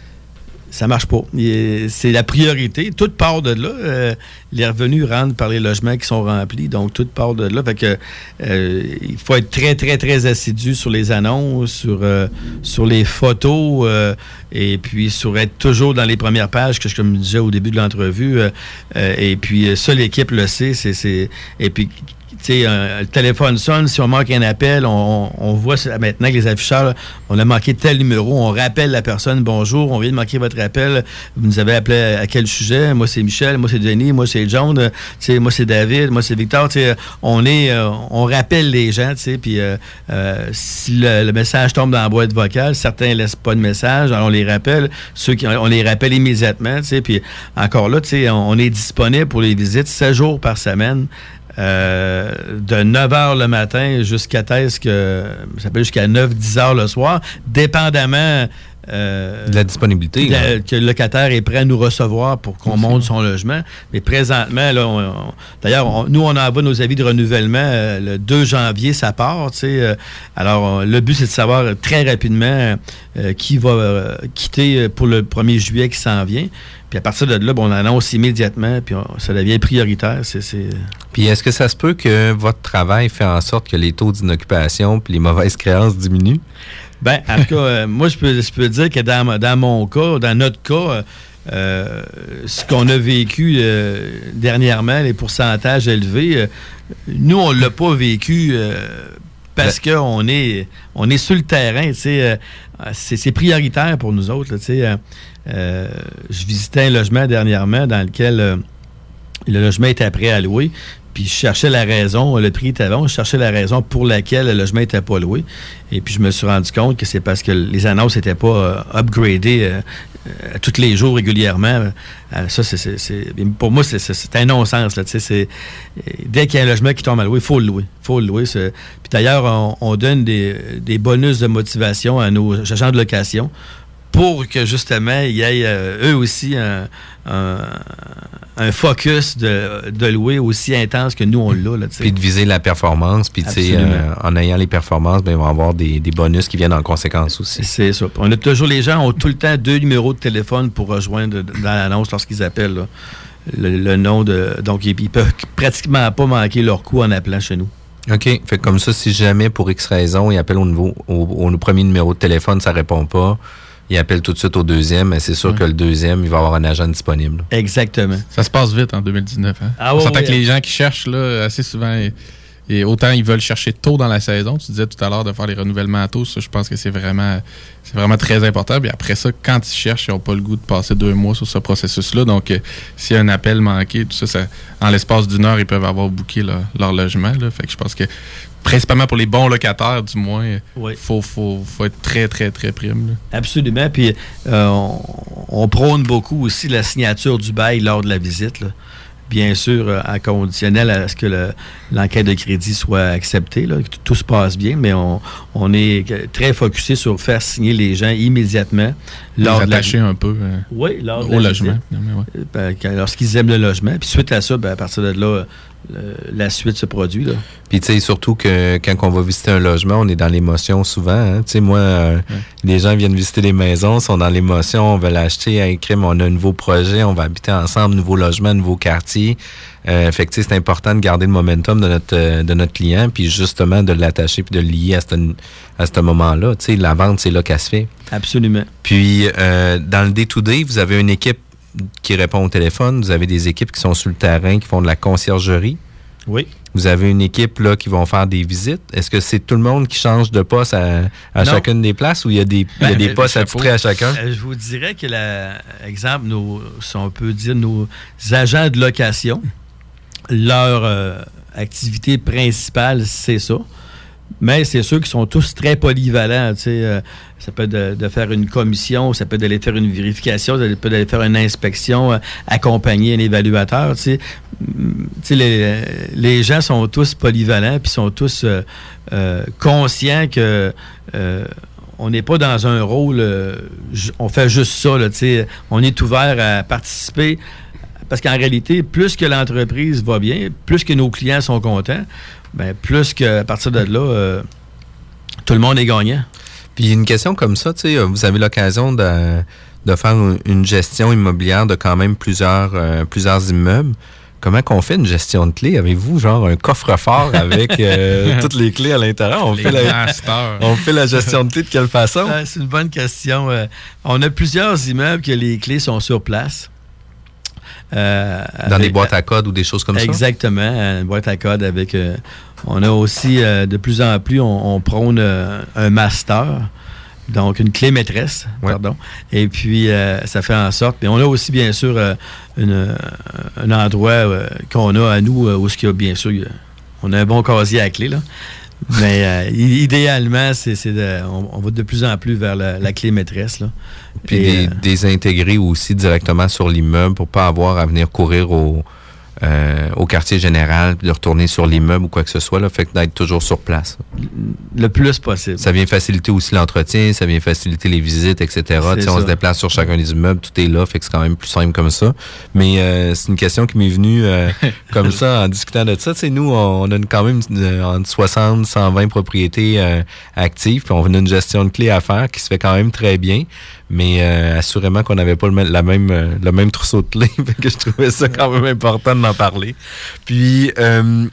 ça marche pas. C'est la priorité. Tout part de là. Euh, les revenus rentrent par les logements qui sont remplis. Donc, tout part de là. Fait que euh, il faut être très, très, très assidu sur les annonces, sur, euh, sur les photos, euh, et puis sur être toujours dans les premières pages, que je comme disais au début de l'entrevue. Euh, euh, et puis, ça, l'équipe le sait. C'est, c'est, et puis, tu sais, le téléphone sonne, si on manque un appel, on, on voit maintenant que les afficheurs, là, on a manqué tel numéro, on rappelle la personne, bonjour, on vient de manquer votre appel, vous nous avez appelé à, à quel sujet? Moi, c'est Michel, moi, c'est Denis, moi, c'est John, tu sais, moi, c'est David, moi, c'est Victor, tu sais, on est, euh, on rappelle les gens, tu sais, puis euh, euh, si le, le message tombe dans la boîte vocale, certains laissent pas de message, alors on les rappelle, ceux qui, on les rappelle immédiatement, tu sais, puis encore là, tu sais, on, on est disponible pour les visites sept jours par semaine. Euh, de neuf heures le matin jusqu'à thèse que ça peut jusqu'à neuf dix heures le soir, dépendamment euh,
de la disponibilité
de, que le locataire est prêt à nous recevoir pour qu'on Aussi. monte son logement. Mais présentement, là, on, on, d'ailleurs, on, nous, on envoie nos avis de renouvellement euh, le deux janvier, ça part. Tu sais, euh, alors, on, le but, c'est de savoir très rapidement euh, qui va euh, quitter pour le premier juillet qui s'en vient. Puis à partir de là, bon, on annonce immédiatement, puis on, ça devient prioritaire. C'est, c'est...
Puis est-ce que ça se peut que votre travail fait en sorte que les taux d'inoccupation puis les mauvaises créances diminuent?
Bien, en tout cas, euh, moi, je peux, je peux dire que dans, dans mon cas, dans notre cas, euh, ce qu'on a vécu euh, dernièrement, les pourcentages élevés, euh, nous, on ne l'a pas vécu euh, parce ben, qu'on est, on est sur le terrain. Tu sais, euh, c'est, c'est prioritaire pour nous autres. Là, tu sais, euh, euh, je visitais un logement dernièrement dans lequel euh, le logement était prêt à louer. Puis je cherchais la raison, le prix était bon, je cherchais la raison pour laquelle le logement n'était pas loué. Et puis je me suis rendu compte que c'est parce que les annonces n'étaient pas euh, upgradées euh, euh, tous les jours régulièrement. Euh, ça, c'est, c'est, c'est, pour moi, c'est, c'est, c'est un non-sens. Là, c'est, dès qu'il y a un logement qui tombe à louer, il faut le louer. Faut le louer. C'est, puis d'ailleurs, on, on donne des, des bonus de motivation à nos agents de location pour que, justement, il y ait euh, eux aussi un, un, un focus de, de louer aussi intense que nous, on l'a. Là,
puis de viser la performance. Puis, tu sais, euh, en ayant les performances, ben, ils vont avoir des, des bonus qui viennent en conséquence aussi.
C'est ça. On a toujours, les gens ont tout le temps deux numéros de téléphone pour rejoindre dans l'annonce lorsqu'ils appellent là, le, le nom de... Donc, ils, ils peuvent pratiquement pas manquer leur coup en appelant chez nous.
OK. Fait comme ça, si jamais, pour X raison, ils appellent au, niveau, au, au premier numéro de téléphone, ça répond pas, il appelle tout de suite au deuxième, mais c'est sûr ouais. que le deuxième, il va avoir un agent disponible.
Exactement.
Ça se passe vite en deux mille dix-neuf. Hein? Ah, On ouais, s'entend ouais. que les gens qui cherchent, là, assez souvent, et, et autant ils veulent chercher tôt dans la saison. Tu disais tout à l'heure de faire les renouvellements tôt. Ça, je pense que c'est vraiment, c'est vraiment très important. Puis après ça, quand ils cherchent, ils n'ont pas le goût de passer deux mois sur ce processus-là. Donc, euh, s'il y a un appel manqué, tout ça, ça, en l'espace d'une heure, ils peuvent avoir booké leur, leur logement. Là. Fait que je pense que principalement pour les bons locataires, du moins, il oui. faut, faut, faut être très, très, très prime. Là.
Absolument. Puis, euh, on, on prône beaucoup aussi la signature du bail lors de la visite. Là. Bien sûr, euh, en conditionnel à ce que le, l'enquête de crédit soit acceptée, là, que t- tout se passe bien, mais on, on est très focusé sur faire signer les gens immédiatement.
Lors les attacher la... un peu euh,
oui, lors
au logement.
Non, ouais. ben, quand, lorsqu'ils aiment le logement. Puis suite à ça, ben, à partir de là, le, la suite se produit. Là.
Puis tu sais, surtout que quand on va visiter un logement, on est dans l'émotion souvent. Hein? Tu sais, moi, euh, ouais. les gens viennent visiter les maisons, sont dans l'émotion, on veut l'acheter, un crime, on a un nouveau projet, on va habiter ensemble, nouveau logement, nouveau quartier. Euh, fait que c'est important de garder le momentum de notre de notre client, puis justement de l'attacher puis de le lier à ce à ce moment-là. Tu sais, la vente, c'est là qu'elle se fait.
Absolument.
Puis euh, dans le day-to-day, vous avez une équipe qui répond au téléphone, vous avez des équipes qui sont sur le terrain, qui font de la conciergerie.
Oui.
Vous avez une équipe là qui vont faire des visites. Est-ce que c'est tout le monde qui change de poste à, à chacune des places ou il y a des, ben, il y a des ben, postes attitrés à chacun?
Je vous dirais que, la, exemple, nos, si on peut dire, nos agents de location, leur euh, activité principale, c'est ça. Mais c'est sûr qu'ils sont tous très polyvalents. Tu sais, euh, ça peut être de, de faire une commission, ça peut être d'aller faire une vérification, ça peut être d'aller faire une inspection, euh, accompagner un évaluateur. Tu sais, tu sais les, les gens sont tous polyvalents puis sont tous euh, euh, conscients que euh, on n'est pas dans un rôle, euh, on fait juste ça. Là, tu sais, on est ouvert à participer. Parce qu'en réalité, plus que l'entreprise va bien, plus que nos clients sont contents, ben plus qu'à partir de là, euh, tout le monde est gagnant.
Puis une question comme ça, tu sais, vous avez l'occasion de, de faire une gestion immobilière de quand même plusieurs, euh, plusieurs immeubles. Comment qu'on fait une gestion de clés? Avez-vous genre un coffre-fort avec euh, toutes les clés à l'intérieur? On fait, la, on fait la gestion de clés de quelle façon?
Ah, c'est une bonne question. Euh, on a plusieurs immeubles que les clés sont sur place.
Euh, Dans avec, des boîtes à code ou des choses comme
exactement, ça? Exactement, une boîte à code avec... Euh, on a aussi, euh, de plus en plus, on, on prône euh, un master, donc une clé maîtresse, ouais. pardon. Et puis, euh, ça fait en sorte... Mais on a aussi, bien sûr, euh, une, un endroit euh, qu'on a à nous, euh, où il y a, bien sûr, on a un bon casier à clé, là. Mais euh, idéalement, c'est, c'est de, on, on va de plus en plus vers la, la clé maîtresse. Là.
Puis Et, des, euh, des intégrer aussi directement sur l'immeuble pour pas avoir à venir courir au, euh, au quartier général puis de retourner sur l'immeuble ou quoi que ce soit. Là, fait que d'être toujours sur place.
Le plus possible.
Ça vient faciliter aussi l'entretien, ça vient faciliter les visites, et cetera. On se déplace sur chacun des immeubles, tout est là, fait que c'est quand même plus simple comme ça. Mais euh, c'est une question qui m'est venue euh, comme ça en discutant de ça. T'sais, nous, on, on a une, quand même euh, entre soixante et cent vingt propriétés euh, actives, puis on a une gestion de clés à faire qui se fait quand même très bien. Mais euh, assurément qu'on n'avait pas le, la même, euh, le même trousseau de clés, fait que je trouvais ça quand même important d'en parler. Puis, euh,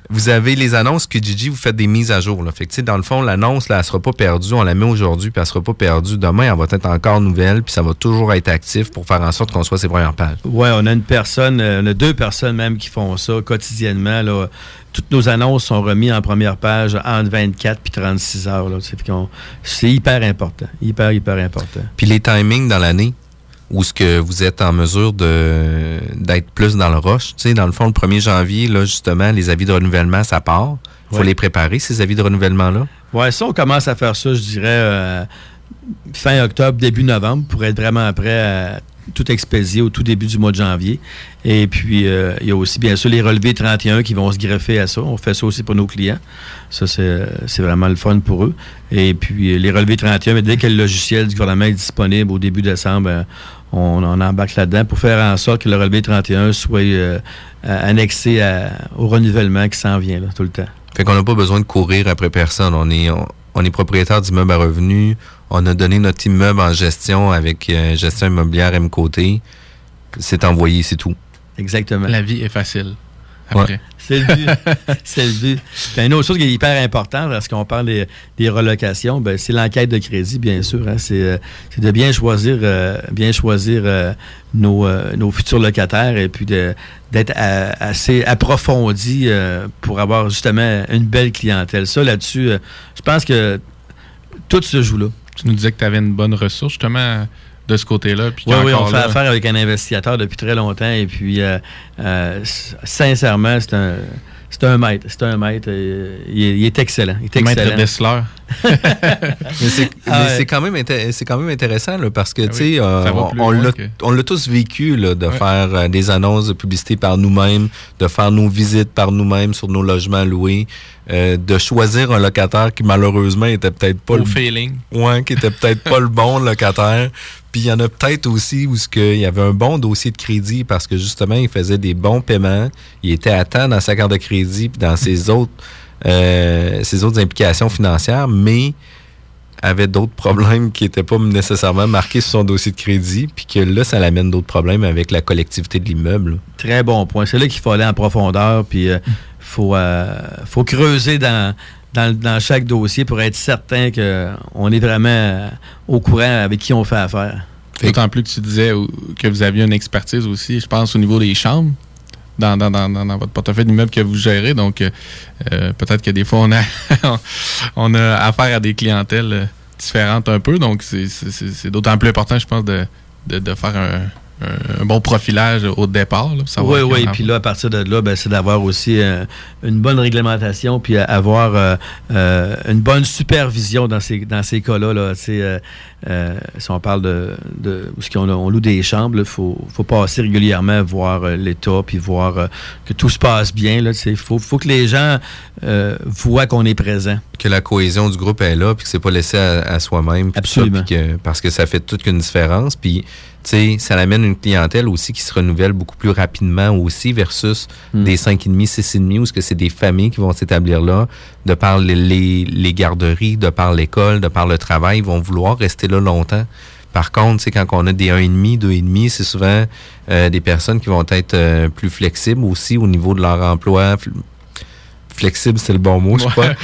vous avez les annonces que Gigi, vous faites des mises à jour. Là. Fait que, tu sais, dans le fond, l'annonce, là, elle sera pas perdue. On la met aujourd'hui, puis elle sera pas perdue. Demain, elle va être encore nouvelle, puis ça va toujours être actif pour faire en sorte qu'on soit ses premières pages.
Oui, on a une personne, euh, on a deux personnes même qui font ça quotidiennement. Là. Toutes nos annonces sont remises en première page entre vingt-quatre puis trente-six heures. Là. C'est, c'est hyper important. Hyper, hyper important.
Puis les timings dans l'année, où est-ce que vous êtes en mesure de d'être plus dans le rush? Tu sais, dans le fond, le premier janvier, là, justement, les avis de renouvellement, ça part. Il faut
ouais.
les préparer, ces avis de renouvellement-là?
Oui, ça, on commence à faire ça, je dirais, euh, fin octobre, début novembre, pour être vraiment prêt à tout expédier au tout début du mois de janvier. Et puis, euh, il y a aussi, bien sûr, les relevés trente et un qui vont se greffer à ça. On fait ça aussi pour nos clients. Ça, c'est, c'est vraiment le fun pour eux. Et puis, les relevés trente et un, mais dès que le logiciel du gouvernement est disponible au début décembre, euh, on, on embarque là-dedans pour faire en sorte que le relevé trente et un soit euh, annexé à, au renouvellement qui s'en vient là, tout le temps.
Fait qu'on n'a pas besoin de courir après personne. On est, on, on est propriétaire d'immeubles à revenus. On a donné notre immeuble en gestion avec euh, gestion immobilière M-Côté. C'est envoyé, c'est tout.
Exactement.
La vie est facile. Après.
Ouais.
C'est le but. C'est le but. Puis une autre chose qui est hyper importante lorsqu'on parle des, des relocations, ben, c'est l'enquête de crédit, bien sûr. Hein. C'est, euh, c'est de bien choisir, euh, bien choisir euh, nos, euh, nos futurs locataires et puis de, d'être à, assez approfondi euh, pour avoir justement une belle clientèle. Ça, là-dessus, euh, je pense que tout se joue là.
Tu nous disais que tu avais une bonne ressource, justement, de ce côté-là. Puis
oui, oui, on fait
là...
affaire avec un investigateur depuis très longtemps. Et puis, euh, euh, sincèrement, c'est un, c'est un maître. C'est un maître. Euh, il, est, il est excellent. Il est excellent.
Maître Dessler.
mais c'est, ah, mais ouais. c'est, quand même inté- c'est quand même intéressant là, parce que, ah, tu sais, oui, euh, on, on, l'a, que... on l'a tous vécu là, de ouais. faire euh, des annonces de publicité par nous-mêmes, de faire nos visites par nous-mêmes sur nos logements loués, euh, de choisir un locataire qui, malheureusement, était peut-être pas
Au
le...
feeling.
Ouais, qui était peut-être pas le bon locataire. Puis il y en a peut-être aussi où il y avait un bon dossier de crédit parce que, justement, il faisait des bons paiements. Il était à temps dans sa carte de crédit puis dans ses autres... Euh, ses autres implications financières, mais avait d'autres problèmes qui n'étaient pas nécessairement marqués sur son dossier de crédit, puis que là, ça l'amène d'autres problèmes avec la collectivité de l'immeuble. Là.
Très bon point. C'est là qu'il faut aller en profondeur, puis il euh, faut, euh, faut creuser dans, dans, dans chaque dossier pour être certain qu'on est vraiment euh, au courant avec qui on fait affaire.
D'autant plus que tu disais que vous aviez une expertise aussi, je pense, au niveau des chambres. Dans, dans, dans, dans votre portefeuille d'immeubles que vous gérez. Donc, euh, peut-être que des fois, on a, on a affaire à des clientèles différentes un peu. Donc, c'est, c'est, c'est d'autant plus important, je pense, de, de, de faire un, un bon profilage au départ. Là, pour
oui, oui. Puis là, à partir de là, ben, c'est d'avoir aussi euh, une bonne réglementation puis avoir euh, euh, une bonne supervision dans ces, dans ces cas-là. Là, euh, euh, si on parle de, de où on, on loue des chambres, il faut, faut passer régulièrement voir euh, l'état puis voir euh, que tout se passe bien. Il faut, faut que les gens euh, voient qu'on est présent.
Que la cohésion du groupe est là puis que c'est pas laissé à, à soi-même.
Absolument.
Ça, que, parce que ça fait toute une différence. Puis, tu sais, ça amène une clientèle aussi qui se renouvelle beaucoup plus rapidement aussi versus mm. des cinq virgule cinq, six virgule cinq, où ce que c'est des familles qui vont s'établir là, de par les, les, les garderies, de par l'école, de par le travail, ils vont vouloir rester là longtemps. Par contre, c'est quand on a des un virgule cinq, deux virgule cinq, c'est souvent euh, des personnes qui vont être euh, plus flexibles aussi au niveau de leur emploi. Flexible, c'est le bon mot, je crois.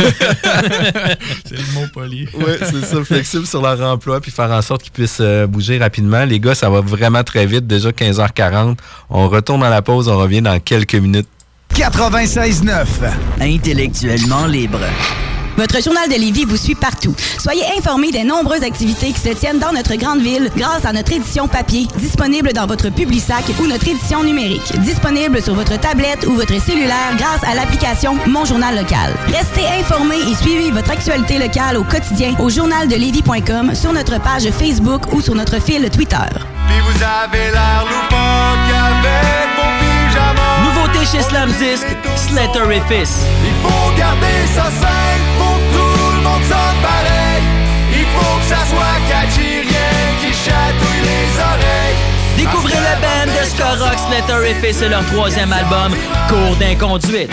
C'est le mot poli.
Oui, c'est ça, flexible sur leur emploi, puis faire en sorte qu'ils puissent euh, bouger rapidement. Les gars, ça va vraiment très vite, déjà quinze heures quarante. On retourne à la pause, on revient dans quelques minutes.
quatre-vingt-seize neuf.
Intellectuellement libre. Votre journal de Lévis vous suit partout. Soyez informés des nombreuses activités qui se tiennent dans notre grande ville grâce à notre édition papier, disponible dans votre Publisac ou notre édition numérique, disponible sur votre tablette ou votre cellulaire grâce à l'application Mon Journal Local. Restez informés et suivez votre actualité locale au quotidien au journal de lévis point com, sur notre page Facebook ou sur notre fil Twitter.
Puis vous avez l'air loufoque avec vos pyjamas.
Nouveauté chez Slam Disc, Slater et Fils.
Il faut garder ça simple, faut que tout le monde sonne pareil. Il faut que ça soit catchy, rien qui chatouille les oreilles.
Découvrez le band de ska rock Slater et Fils et leur troisième album, Cours d'inconduite.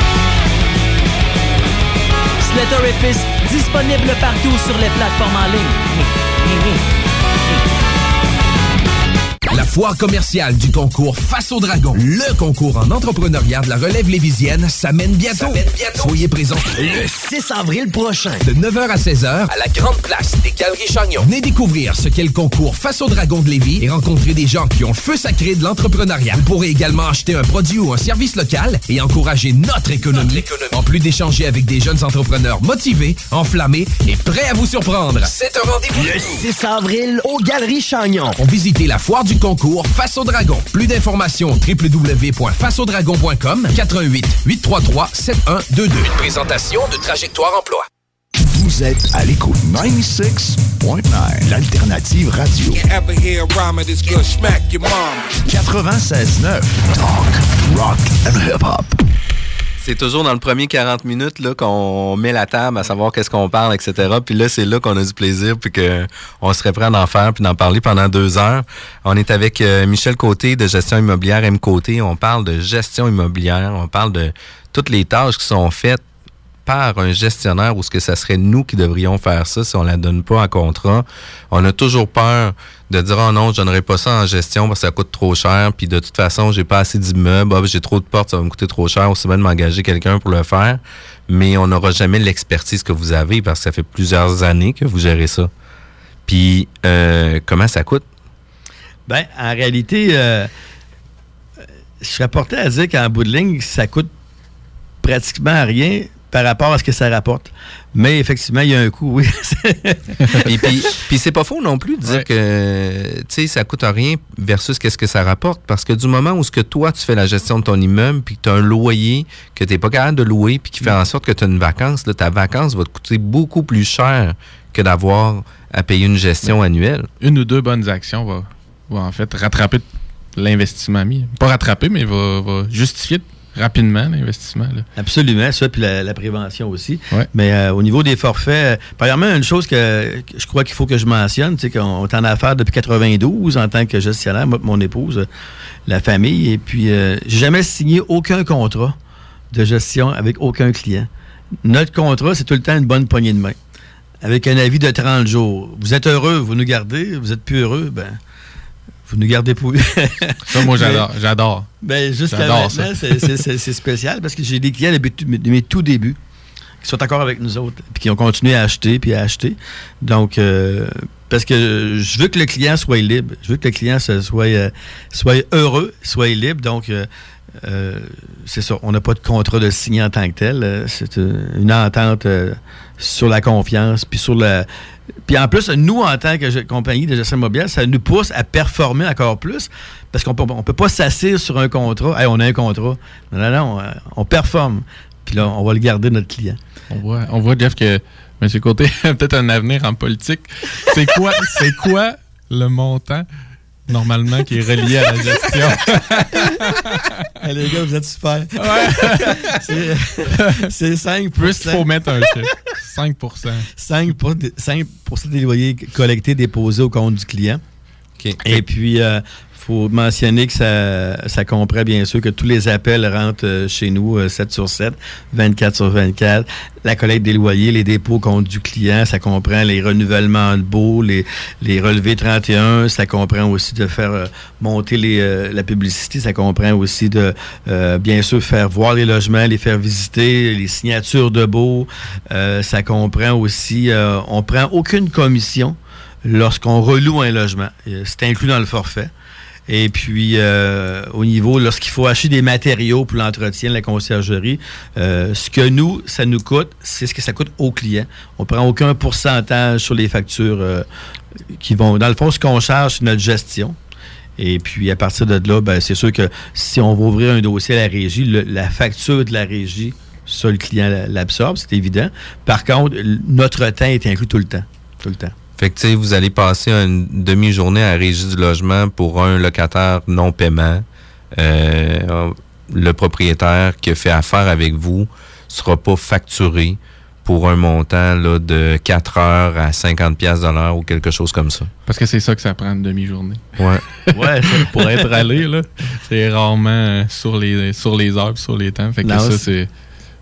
Slater et Fils, disponible partout sur les plateformes en ligne.
La
foire commerciale du concours Face au Dragon. Le concours en entrepreneuriat de la relève lévisienne s'amène bientôt. Ça mène bientôt. Soyez présents le six avril prochain, de neuf heures à seize heures, à la Grande Place des Galeries Chagnon. Venez découvrir ce qu'est le concours Face au Dragon de Lévis et rencontrer des gens qui ont le feu sacré de l'entrepreneuriat. Vous pourrez également acheter un produit ou un service local et encourager notre économie. Notre économie. En plus d'échanger avec des jeunes entrepreneurs motivés, enflammés et prêts à vous surprendre. C'est un rendez-vous le six avril aux Galeries Chagnon. On visite la foire du concours Face au Dragon. Plus d'informations w w w point face au dragon point com, quatre un huit, huit trois trois, sept un deux deux. Une présentation de Trajectoire Emploi.
Vous êtes à l'écoute quatre-vingt-six point neuf, l'alternative radio. quatre-vingt-seize neuf, talk, rock and hip-hop.
C'est toujours dans le premier quarante minutes là, qu'on met la table à savoir qu'est-ce qu'on parle, et cetera. Puis là, c'est là qu'on a du plaisir puis qu'on serait prêt à en faire puis d'en parler pendant deux heures. On est avec euh, Michel Côté de Gestion immobilière M Côté. On parle de gestion immobilière. On parle de toutes les tâches qui sont faites par un gestionnaire ou ce que ça serait nous qui devrions faire ça si on la donne pas en contrat. On a toujours peur de dire « Oh non, je donnerai pas ça en gestion parce que ça coûte trop cher. Puis de toute façon, j'ai pas assez d'immeubles. Ah, j'ai trop de portes, ça va me coûter trop cher. Aussi bien de m'engager quelqu'un pour le faire. » Mais on n'aura jamais l'expertise que vous avez parce que ça fait plusieurs années que vous gérez ça. Puis, euh, comment ça coûte?
Bien, en réalité, euh, je serais porté à dire qu'en bout de ligne, ça coûte pratiquement rien par rapport à ce que ça rapporte. Mais effectivement, il y a un coût, oui.
Et puis, puis c'est pas faux non plus de dire ouais. que tu sais, ça coûte rien versus qu'est-ce que ça rapporte. Parce que du moment où ce que toi, tu fais la gestion de ton immeuble, puis que tu as un loyer que tu n'es pas capable de louer, puis qui fait en sorte que tu as une vacance, là, ta vacance va te coûter beaucoup plus cher que d'avoir à payer une gestion
ouais.
annuelle.
Une ou deux bonnes actions va, va en fait rattraper l'investissement mis. Pas rattraper, mais va, va justifier rapidement l'investissement. Là.
Absolument, ça, puis la, la prévention aussi.
Ouais.
Mais euh, au niveau des forfaits, euh, premièrement, une chose que, que je crois qu'il faut que je mentionne, c'est qu'on est en affaires depuis quatre-vingt-douze en tant que gestionnaire, moi, mon épouse, euh, la famille, et puis euh, j'ai jamais signé aucun contrat de gestion avec aucun client. Notre contrat, c'est tout le temps une bonne poignée de main, avec un avis de trente jours. Vous êtes heureux, vous nous gardez, vous êtes plus heureux, ben vous nous gardez pour
ça, moi, j'adore. Mais, j'adore.
Ben, jusqu'à maintenant, c'est, c'est, c'est, c'est spécial parce que j'ai des clients depuis de mes tout débuts qui sont encore avec nous autres puis qui ont continué à acheter puis à acheter. Donc, euh, parce que je veux que le client soit libre. Je veux que le client soit, euh, soit heureux, soit libre. Donc, euh, euh, c'est ça. On n'a pas de contrat de signer en tant que tel. C'est une entente euh, sur la confiance puis sur la... Puis en plus, nous, en tant que compagnie de gestion immobilière, ça nous pousse à performer encore plus parce qu'on peut, on peut pas s'asseoir sur un contrat. Hey, on a un contrat. Non, non, non, on, on performe. Puis là, on va le garder, notre client.
On voit, on voit Jeff, que M. Côté a peut-être un avenir en politique. C'est quoi, c'est quoi le montant, normalement, qui est relié à la gestion?
Hey, les gars, vous êtes super.
Ouais.
c'est, c'est cinq pour cent.
Plus, il faut mettre un chiffre. cinq pour cent.
cinq pour cent des loyers collectés déposés au compte du client.
Okay.
Et puis, il euh, faut mentionner que ça, ça comprend bien sûr que tous les appels rentrent euh, chez nous euh, sept sur sept, vingt-quatre sur vingt-quatre. La collecte des loyers, les dépôts au compte du client, ça comprend les renouvellements de baux, les, les relevés trente et un, ça comprend aussi de faire euh, monter les, euh, la publicité, ça comprend aussi de, euh, bien sûr, faire voir les logements, les faire visiter, les signatures de baux. Euh, ça comprend aussi, euh, on prend aucune commission lorsqu'on reloue un logement. C'est inclus dans le forfait. Et puis, euh, au niveau, lorsqu'il faut acheter des matériaux pour l'entretien de la conciergerie, euh, ce que nous, ça nous coûte, c'est ce que ça coûte aux clients. On ne prend aucun pourcentage sur les factures euh, qui vont... Dans le fond, ce qu'on charge, c'est notre gestion. Et puis, à partir de là, ben, c'est sûr que si on va ouvrir un dossier à la régie, le, la facture de la régie, ça, le client l'absorbe, c'est évident. Par contre, notre temps est inclus tout le temps. Tout le temps.
Fait que, tu sais, vous allez passer une demi-journée à la régie du logement pour un locataire non-paiement. Euh, le propriétaire qui a fait affaire avec vous sera pas facturé pour un montant là, de quatre heures à cinquante piastres de l'heure ou quelque chose comme ça.
Parce que c'est ça que ça prend une demi-journée.
Ouais.
Ouais, ça, pour être allé, là, c'est rarement sur les, sur les heures et sur les temps. Fait que non, ça, c'est...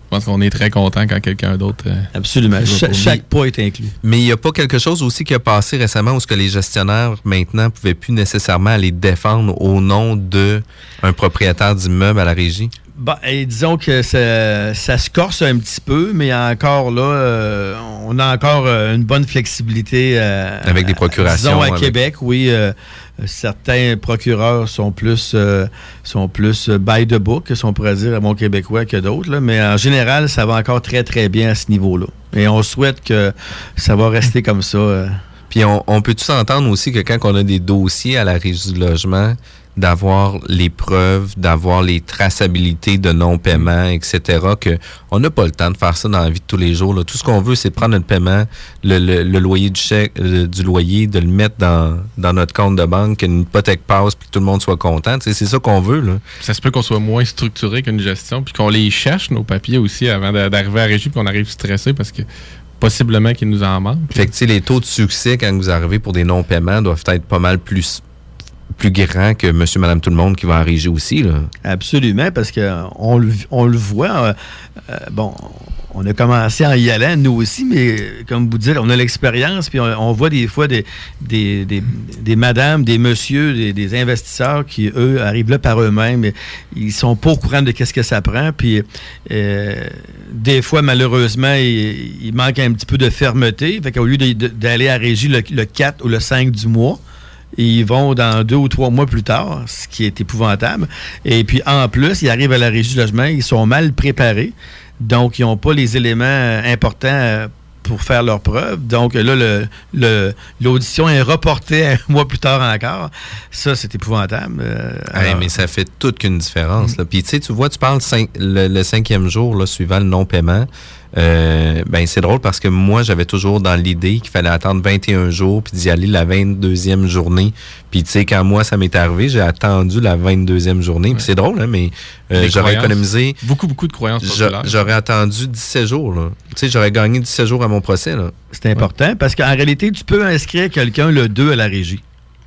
Je pense qu'on est très content quand quelqu'un d'autre... Euh,
Absolument. Cha- chaque pas est inclus.
Mais il n'y a pas quelque chose aussi qui a passé récemment où ce que les gestionnaires, maintenant, ne pouvaient plus nécessairement aller défendre au nom d'un propriétaire d'immeuble à la régie?
Bon, et disons que ça, ça se corse un petit peu, mais encore là, euh, on a encore euh, une bonne flexibilité. Euh,
avec des procurations.
Disons à
avec...
Québec, oui. Euh, certains procureurs sont plus euh, sont plus by the book, si on pourrait dire à mon québécois, que d'autres. Là, mais en général, ça va encore très, très bien à ce niveau-là. Et on souhaite que ça va rester comme ça. Euh.
Puis on, on peut tous entendre aussi que quand on a des dossiers à la Régie du logement, d'avoir les preuves, d'avoir les traçabilités de non-paiement, et cetera, qu'on n'a pas le temps de faire ça dans la vie de tous les jours. Là. Tout ce qu'on veut, c'est prendre notre paiement, le, le, le loyer du chèque, le, du loyer, de le mettre dans, dans notre compte de banque, qu'une hypothèque passe, puis que tout le monde soit content. T'sais, c'est ça qu'on veut. Là.
Ça se peut qu'on soit moins structuré qu'une gestion, puis qu'on les cherche, nos papiers aussi, avant d'arriver à la régie, puis qu'on arrive stressé parce que possiblement qu'il nous en manque.
Fait que tu sais, les taux de succès quand vous arrivez pour des non-paiements doivent être pas mal plus plus grand que monsieur, madame, tout le monde qui va en régie aussi, là.
Absolument, parce qu'on le, on le voit. Euh, euh, bon, on a commencé en y allant, nous aussi, mais comme vous dites, on a l'expérience, puis on, on voit des fois des, des, des, des madames, des messieurs, des, des investisseurs qui, eux, arrivent là par eux-mêmes. Ils sont pas au courant de qu'est-ce que ça prend, puis euh, des fois, malheureusement, il, il manque un petit peu de fermeté. Fait qu'au lieu de, de, d'aller à la régie le, le quatre ou le cinq du mois, ils vont dans deux ou trois mois plus tard, ce qui est épouvantable. Et puis, en plus, ils arrivent à la régie du logement, ils sont mal préparés. Donc, ils n'ont pas les éléments importants pour faire leurs preuves. Donc, là, le, le, l'audition est reportée un mois plus tard encore. Ça, c'est épouvantable. Euh,
hey, mais ça fait toute qu'une différence. Là. Puis, tu sais, tu vois, tu parles cinq, le, le cinquième jour, là, suivant le non-paiement. Euh, ben c'est drôle parce que moi, j'avais toujours dans l'idée qu'il fallait attendre vingt et un jours puis d'y aller la vingt-deuxième journée. Puis tu sais, quand moi, ça m'est arrivé, j'ai attendu la vingt-deuxième journée. Puis ouais. C'est drôle, hein, mais euh, j'aurais économisé...
Beaucoup, beaucoup de croyances populaires.
J'aurais attendu dix-sept jours, là. Tu sais, j'aurais gagné dix-sept jours à mon procès, là.
C'est important ouais. parce qu'en réalité, tu peux inscrire quelqu'un le deux à la régie.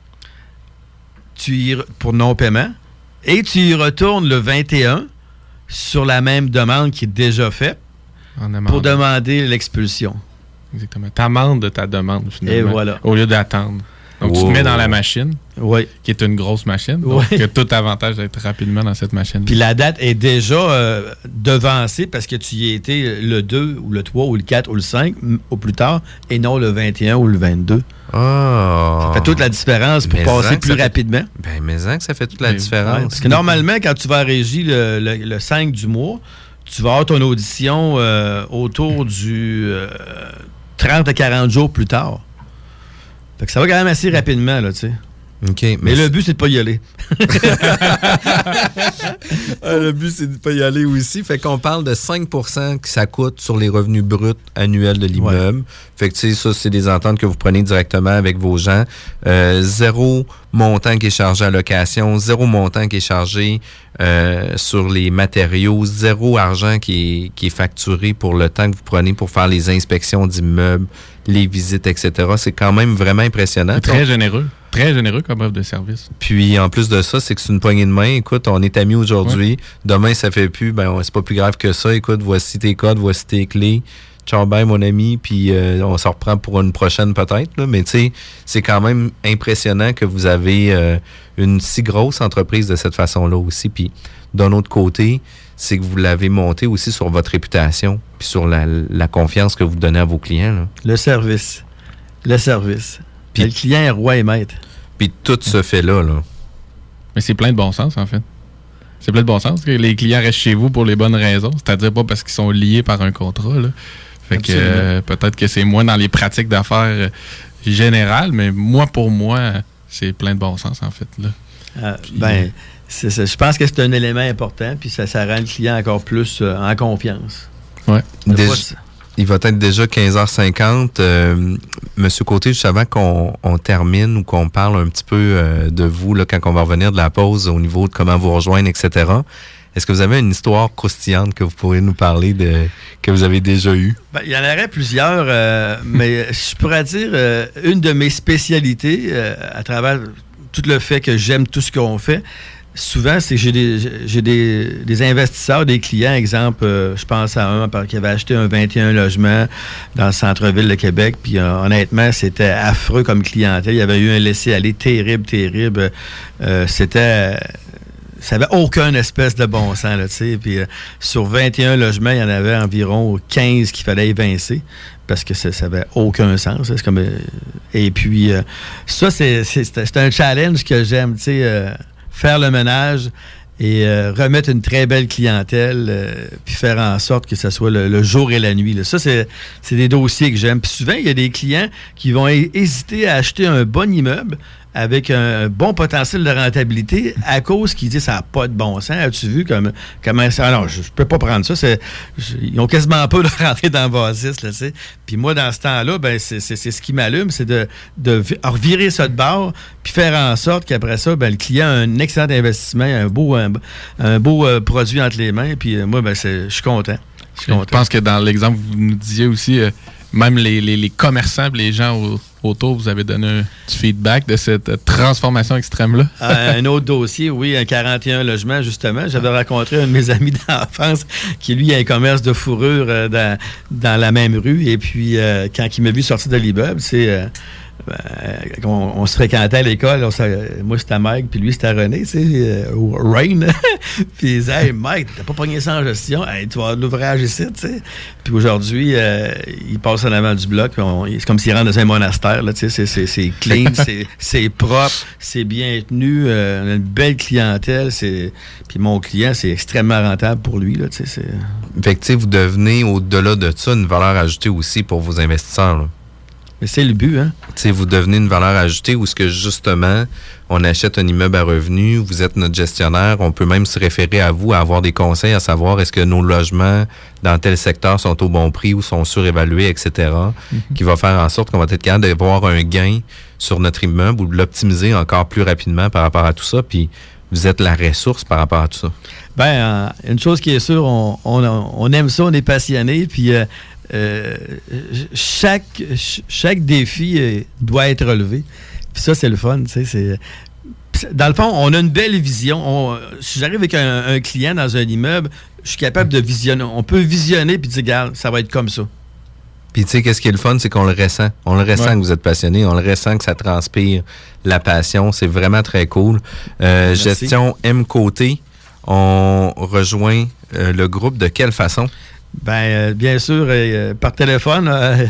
Tu y, pour non-paiement. Et tu y retournes le vingt et un sur la même demande qui est déjà faite. Pour demander l'expulsion.
Exactement. T'amendes ta demande, finalement.
Et voilà.
Au lieu d'attendre. Donc, wow. Tu te mets dans la machine,
oui.
qui est une grosse machine. Donc, oui. Tu as tout avantage d'être rapidement dans cette machine.
Puis la date est déjà euh, devancée parce que tu y étais le deux ou le trois ou le quatre ou le cinq au plus tard et non le vingt et un ou le vingt-deux.
Oh.
Ça fait toute la différence pour mais passer plus rapidement.
Fait... Ben, mais hein, que ça fait toute la mais, différence.
Ouais, parce que normalement, quand tu vas à régie le, le, le cinq du mois, tu vas avoir ton audition euh, autour du euh, trente à quarante jours plus tard. Fait que ça va quand même assez rapidement, là, tu sais.
OK.
Mais, mais le but, c'est de pas y aller.
Le but, c'est de pas y aller aussi. Fait qu'on parle de cinq pour cent que ça coûte sur les revenus bruts annuels de l'immeuble. Ouais. Fait que, tu sais, ça, c'est des ententes que vous prenez directement avec vos gens. Euh, zéro montant qui est chargé à location, zéro montant qui est chargé euh, sur les matériaux, zéro argent qui est, qui est facturé pour le temps que vous prenez pour faire les inspections d'immeubles, les visites, et cetera. C'est quand même vraiment impressionnant.
C'est très généreux. Très généreux comme offre de service.
Puis, en plus de ça, c'est que c'est une poignée de main. Écoute, on est amis aujourd'hui. Ouais. Demain, ça fait plus. Ben, c'est pas plus grave que ça. Écoute, voici tes codes, voici tes clés. Ciao, bye, mon ami. Puis, euh, on s'en reprend pour une prochaine peut-être. Là. Mais, tu sais, c'est quand même impressionnant que vous avez euh, une si grosse entreprise de cette façon-là aussi. Puis, d'un autre côté, c'est que vous l'avez monté aussi sur votre réputation puis sur la, la confiance que vous donnez à vos clients. Là.
Le service. Le service. Puis, le client est roi et maître.
Puis tout se fait là, là.
Mais c'est plein de bon sens, en fait. C'est plein de bon sens que les clients restent chez vous pour les bonnes raisons. C'est-à-dire pas parce qu'ils sont liés par un contrat, là. Fait Absolument. que euh, peut-être que c'est moins dans les pratiques d'affaires euh, générales, mais moi, pour moi, c'est plein de bon sens, en fait, là.
Euh, puis, ben, c'est, c'est, je pense que c'est un élément important, puis ça, ça rend le client encore plus euh, en confiance.
Ouais. Déjà, il va être déjà quinze heures cinquante. Euh, Monsieur Côté, juste avant qu'on on termine ou qu'on parle un petit peu euh, de vous, là, quand on va revenir de la pause au niveau de comment vous rejoindre, et cetera, est-ce que vous avez une histoire croustillante que vous pourriez nous parler de que vous avez déjà eue?
Ben, il y en aurait plusieurs, euh, mais je pourrais dire euh, une de mes spécialités euh, à travers tout le fait que j'aime tout ce qu'on fait, souvent, c'est que j'ai des, j'ai des, des investisseurs, des clients, exemple, euh, je pense à un qui avait acheté un vingt et un logements dans le centre-ville de Québec, puis euh, honnêtement, c'était affreux comme clientèle. Il y avait eu un laisser-aller terrible, terrible. Euh, c'était... Ça n'avait aucun espèce de bon sens, là, tu sais. Puis euh, sur vingt et un logements, il y en avait environ quinze qu'il fallait évincer parce que ça n'avait aucun sens. C'est comme, euh, et puis, euh, ça, c'est, c'est, c'est un challenge que j'aime, tu sais, euh, faire le ménage et euh, remettre une très belle clientèle euh, puis faire en sorte que ce soit le, le jour et la nuit. Là. Ça, c'est, c'est des dossiers que j'aime. Puis souvent, il y a des clients qui vont é- hésiter à acheter un bon immeuble avec un bon potentiel de rentabilité à cause qu'ils disent ça n'a pas de bon sens. As-tu vu comme, comment ça... Alors, je, je peux pas prendre ça. C'est, je, ils ont quasiment peur de rentrer dans le bassiste, là, tu sais. Puis moi, dans ce temps-là, ben, c'est, c'est, c'est ce qui m'allume, c'est de, de revirer ça de bord puis faire en sorte qu'après ça, ben, le client a un excellent investissement, un beau, un, un beau euh, produit entre les mains. Puis euh, moi, ben, c'est, je suis content. Je suis content.
Je pense que dans l'exemple, vous nous disiez aussi... Euh, même les, les, les commerçants, les gens au, autour, vous avez donné un petit feedback de cette euh, transformation extrême-là.
euh, un autre dossier, oui, un quarante et un logements, justement. J'avais rencontré un de mes amis d'enfance qui, lui, a un commerce de fourrure euh, dans, dans la même rue. Et puis, euh, quand il m'a vu sortir de l'immeuble, c'est... Euh, Ben, on, on se fréquentait à l'école. On, moi, c'était Mike, puis lui, c'était René, tu sais, euh, ou Rain. Puis il disait, hey, Mike, t'as pas pogné ça en gestion? Hey, tu vas avoir de l'ouvrage ici, tu sais. Puis aujourd'hui, euh, il passe en avant du bloc. On, c'est comme s'il rentre dans un monastère, là, tu sais. C'est, c'est, c'est clean, c'est, c'est propre, c'est bien tenu. Euh, on a une belle clientèle. C'est, puis mon client, c'est extrêmement rentable pour lui, là, tu sais. C'est...
Fait que, tu sais, vous devenez, au-delà de ça, une valeur ajoutée aussi pour vos investisseurs, là.
Mais c'est le but, hein?
Tu sais, vous devenez une valeur ajoutée où ce que justement, on achète un immeuble à revenu, vous êtes notre gestionnaire, on peut même se référer à vous, à avoir des conseils, à savoir est-ce que nos logements dans tel secteur sont au bon prix ou sont surévalués, et cetera, mm-hmm. qui va faire en sorte qu'on va être capable d'avoir un gain sur notre immeuble ou de l'optimiser encore plus rapidement par rapport à tout ça, puis vous êtes la ressource par rapport à tout ça.
Bien, euh, une chose qui est sûre, on, on, on aime ça, on est passionné, puis... Euh, Euh, chaque, chaque défi euh, doit être relevé. Puis ça, c'est le fun. Tu sais, c'est, dans le fond, on a une belle vision. On, si j'arrive avec un, un client dans un immeuble, je suis capable de visionner. On peut visionner puis dire, regarde, ça va être comme ça.
Puis tu sais, qu'est-ce qui est le fun, c'est qu'on le ressent. On le ressent ouais. que vous êtes passionné. On le ressent que ça transpire la passion. C'est vraiment très cool. Euh, gestion M-Côté, on rejoint euh, le groupe de quelle façon?
Ben, euh, bien sûr, euh, par téléphone, euh,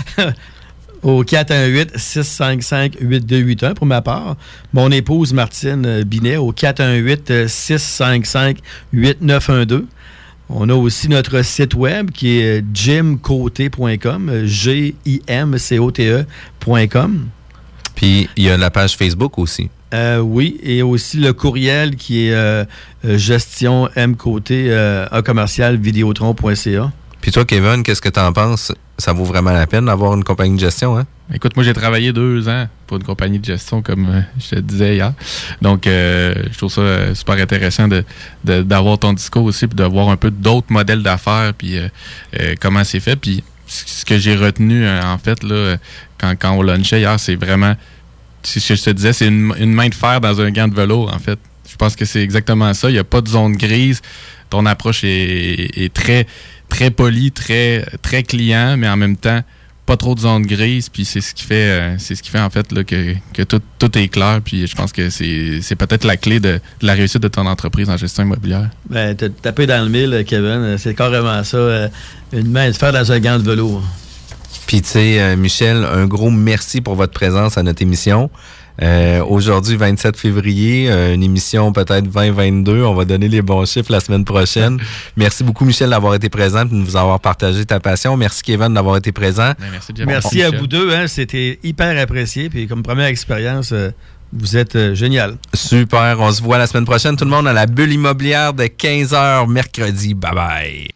au quatre un huit, six cinq cinq, huit deux huit un pour ma part. Mon épouse Martine Binet au quatre un huit, six cinq cinq, huit neuf un deux. On a aussi notre site web qui est jimcoté point com, G I M C O T E point com.
Puis, il y a la page Facebook aussi.
Euh, oui, et aussi le courriel qui est euh, gestion mcoté euh, à commercial vidéotron point c a.
Puis toi, Kevin, qu'est-ce que tu en penses? Ça vaut vraiment la peine d'avoir une compagnie de gestion, hein?
Écoute, moi, j'ai travaillé deux ans pour une compagnie de gestion, comme euh, je te disais hier. Donc, euh, je trouve ça euh, super intéressant de, de, d'avoir ton discours aussi, puis de voir un peu d'autres modèles d'affaires, puis euh, euh, comment c'est fait. Puis ce que j'ai retenu, euh, en fait, là, quand, quand on lunchait hier, c'est vraiment... Ce que je te disais, c'est une, une main de fer dans un gant de velours, en fait. Je pense que c'est exactement ça. Il n'y a pas de zone grise. Ton approche est, est très, très polie, très, très client, mais en même temps, pas trop de zone grise. Puis c'est ce qui fait, c'est ce qui fait en fait là, que, que tout, tout est clair. Puis je pense que c'est, c'est peut-être la clé de, de la réussite de ton entreprise en gestion immobilière.
Ben, t'as tapé dans le mille, Kevin. C'est carrément ça. Une main de fer dans un gant de velours.
Puis, tu sais, euh, Michel, un gros merci pour votre présence à notre émission. Euh, aujourd'hui, vingt-sept février, euh, une émission peut-être vingt vingt-deux. On va donner les bons chiffres la semaine prochaine. Merci beaucoup, Michel, d'avoir été présent et de nous avoir partagé ta passion. Merci, Kevin, d'avoir été présent.
Ben, merci,
bon, merci à vous deux. Hein, c'était hyper apprécié. Puis, comme première expérience, euh, vous êtes euh, génial.
Super. On se voit la semaine prochaine, tout le monde, à la bulle immobilière de quinze heures mercredi. Bye-bye.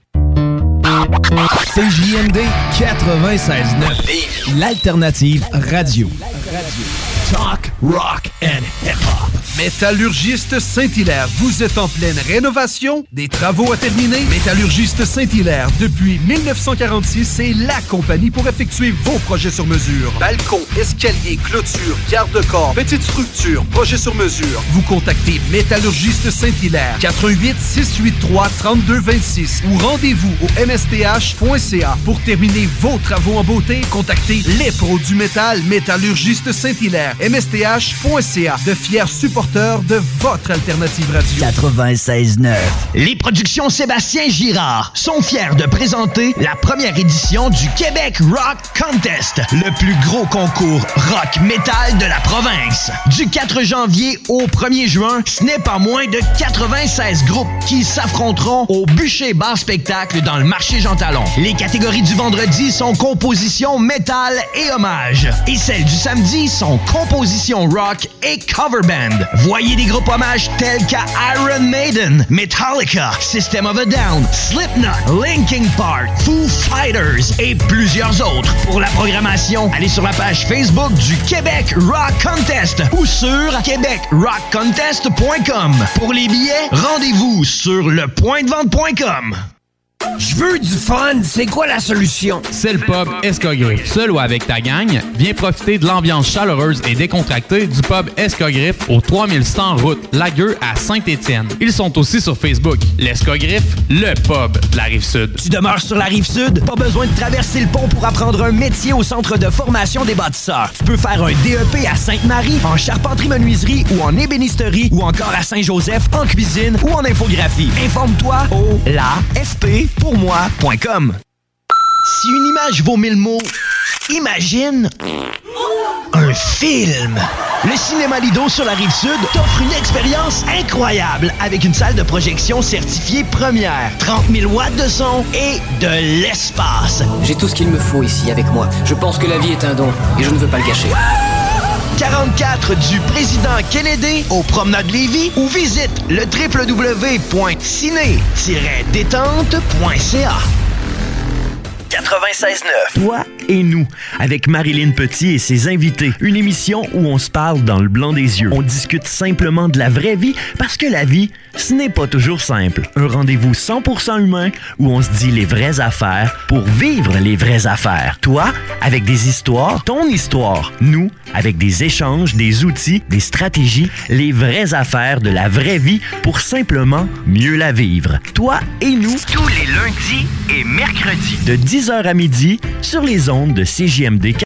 C J M D quatre-vingt-seize neuf, l'alternative radio. radio. Talk, rock and hip-hop.
Métallurgiste Saint-Hilaire, vous êtes en pleine rénovation? Des travaux à terminer? Métallurgiste Saint-Hilaire, depuis mille neuf cent quarante-six, c'est la compagnie pour effectuer vos projets sur mesure. Balcon, escalier, clôture, garde-corps, petite structure, projet sur mesure. Vous contactez Métallurgiste Saint-Hilaire, quatre un huit, six huit trois, trois deux deux six ou rendez-vous au m s t h point c a. Pour terminer vos travaux en beauté, contactez les pros du métal, Métallurgiste Saint-Hilaire, m s t h point c a, de fiers supporters de votre alternative radio.
quatre-vingt-seize neuf. Les productions Sébastien Girard sont fiers de présenter la première édition du Québec Rock Contest, le plus gros concours rock metal de la province. Du quatre janvier au premier juin, ce n'est pas moins de quatre-vingt-seize groupes qui s'affronteront au Bûcher Bar Spectacle dans le marché Jean Talon. Les catégories du vendredi sont composition métal et hommage, et celles du samedi sont composition rock et cover band. Voyez des groupes hommages tels qu'à Iron Maiden, Metallica, System of a Down, Slipknot, Linkin Park, Foo Fighters et plusieurs autres. Pour la programmation, allez sur la page Facebook du Québec Rock Contest ou sur québec rock contest point com. Pour les billets, rendez-vous sur le point de vente point com.
Je veux du fun, c'est quoi la solution?
C'est le pub Escogriffe. Seul ou avec ta gang, viens profiter de l'ambiance chaleureuse et décontractée du pub Escogriffe au trois mille cent route Lagueux à Saint-Étienne. Ils sont aussi sur Facebook. L'Escogriffe, le pub de la Rive-Sud.
Tu demeures sur la Rive-Sud? Pas besoin de traverser le pont pour apprendre un métier au Centre de formation des bâtisseurs. Tu peux faire un D E P à Sainte-Marie, en charpenterie-menuiserie ou en ébénisterie, ou encore à Saint-Joseph, en cuisine ou en infographie. Informe-toi au la f p pour moi point com. Si une image vaut mille mots, imagine un film. Le Cinéma Lido sur la Rive-Sud t'offre une expérience incroyable avec une salle de projection certifiée première, trente mille watts de son et de l'espace.
J'ai tout ce qu'il me faut ici avec moi. Je pense que la vie est un don et je ne veux pas le gâcher.
quarante-quatre du Président Kennedy au Promenade Lévis ou visite le w w w point ciné tiret détente point c a. quatre-vingt-seize neuf. Toi et nous, avec Marilyn Petit et ses invités. Une émission où on se parle dans le blanc des yeux. On discute simplement de la vraie vie parce que la vie, ce n'est pas toujours simple. Un rendez-vous cent pour cent humain où on se dit les vraies affaires pour vivre les vraies affaires. Toi, avec des histoires, ton histoire. Nous, avec des échanges, des outils, des stratégies, les vraies affaires de la vraie vie pour simplement mieux la vivre. Toi et nous.
Tous les lundis et mercredis.
De dix heures à midi sur les ondes de C J M D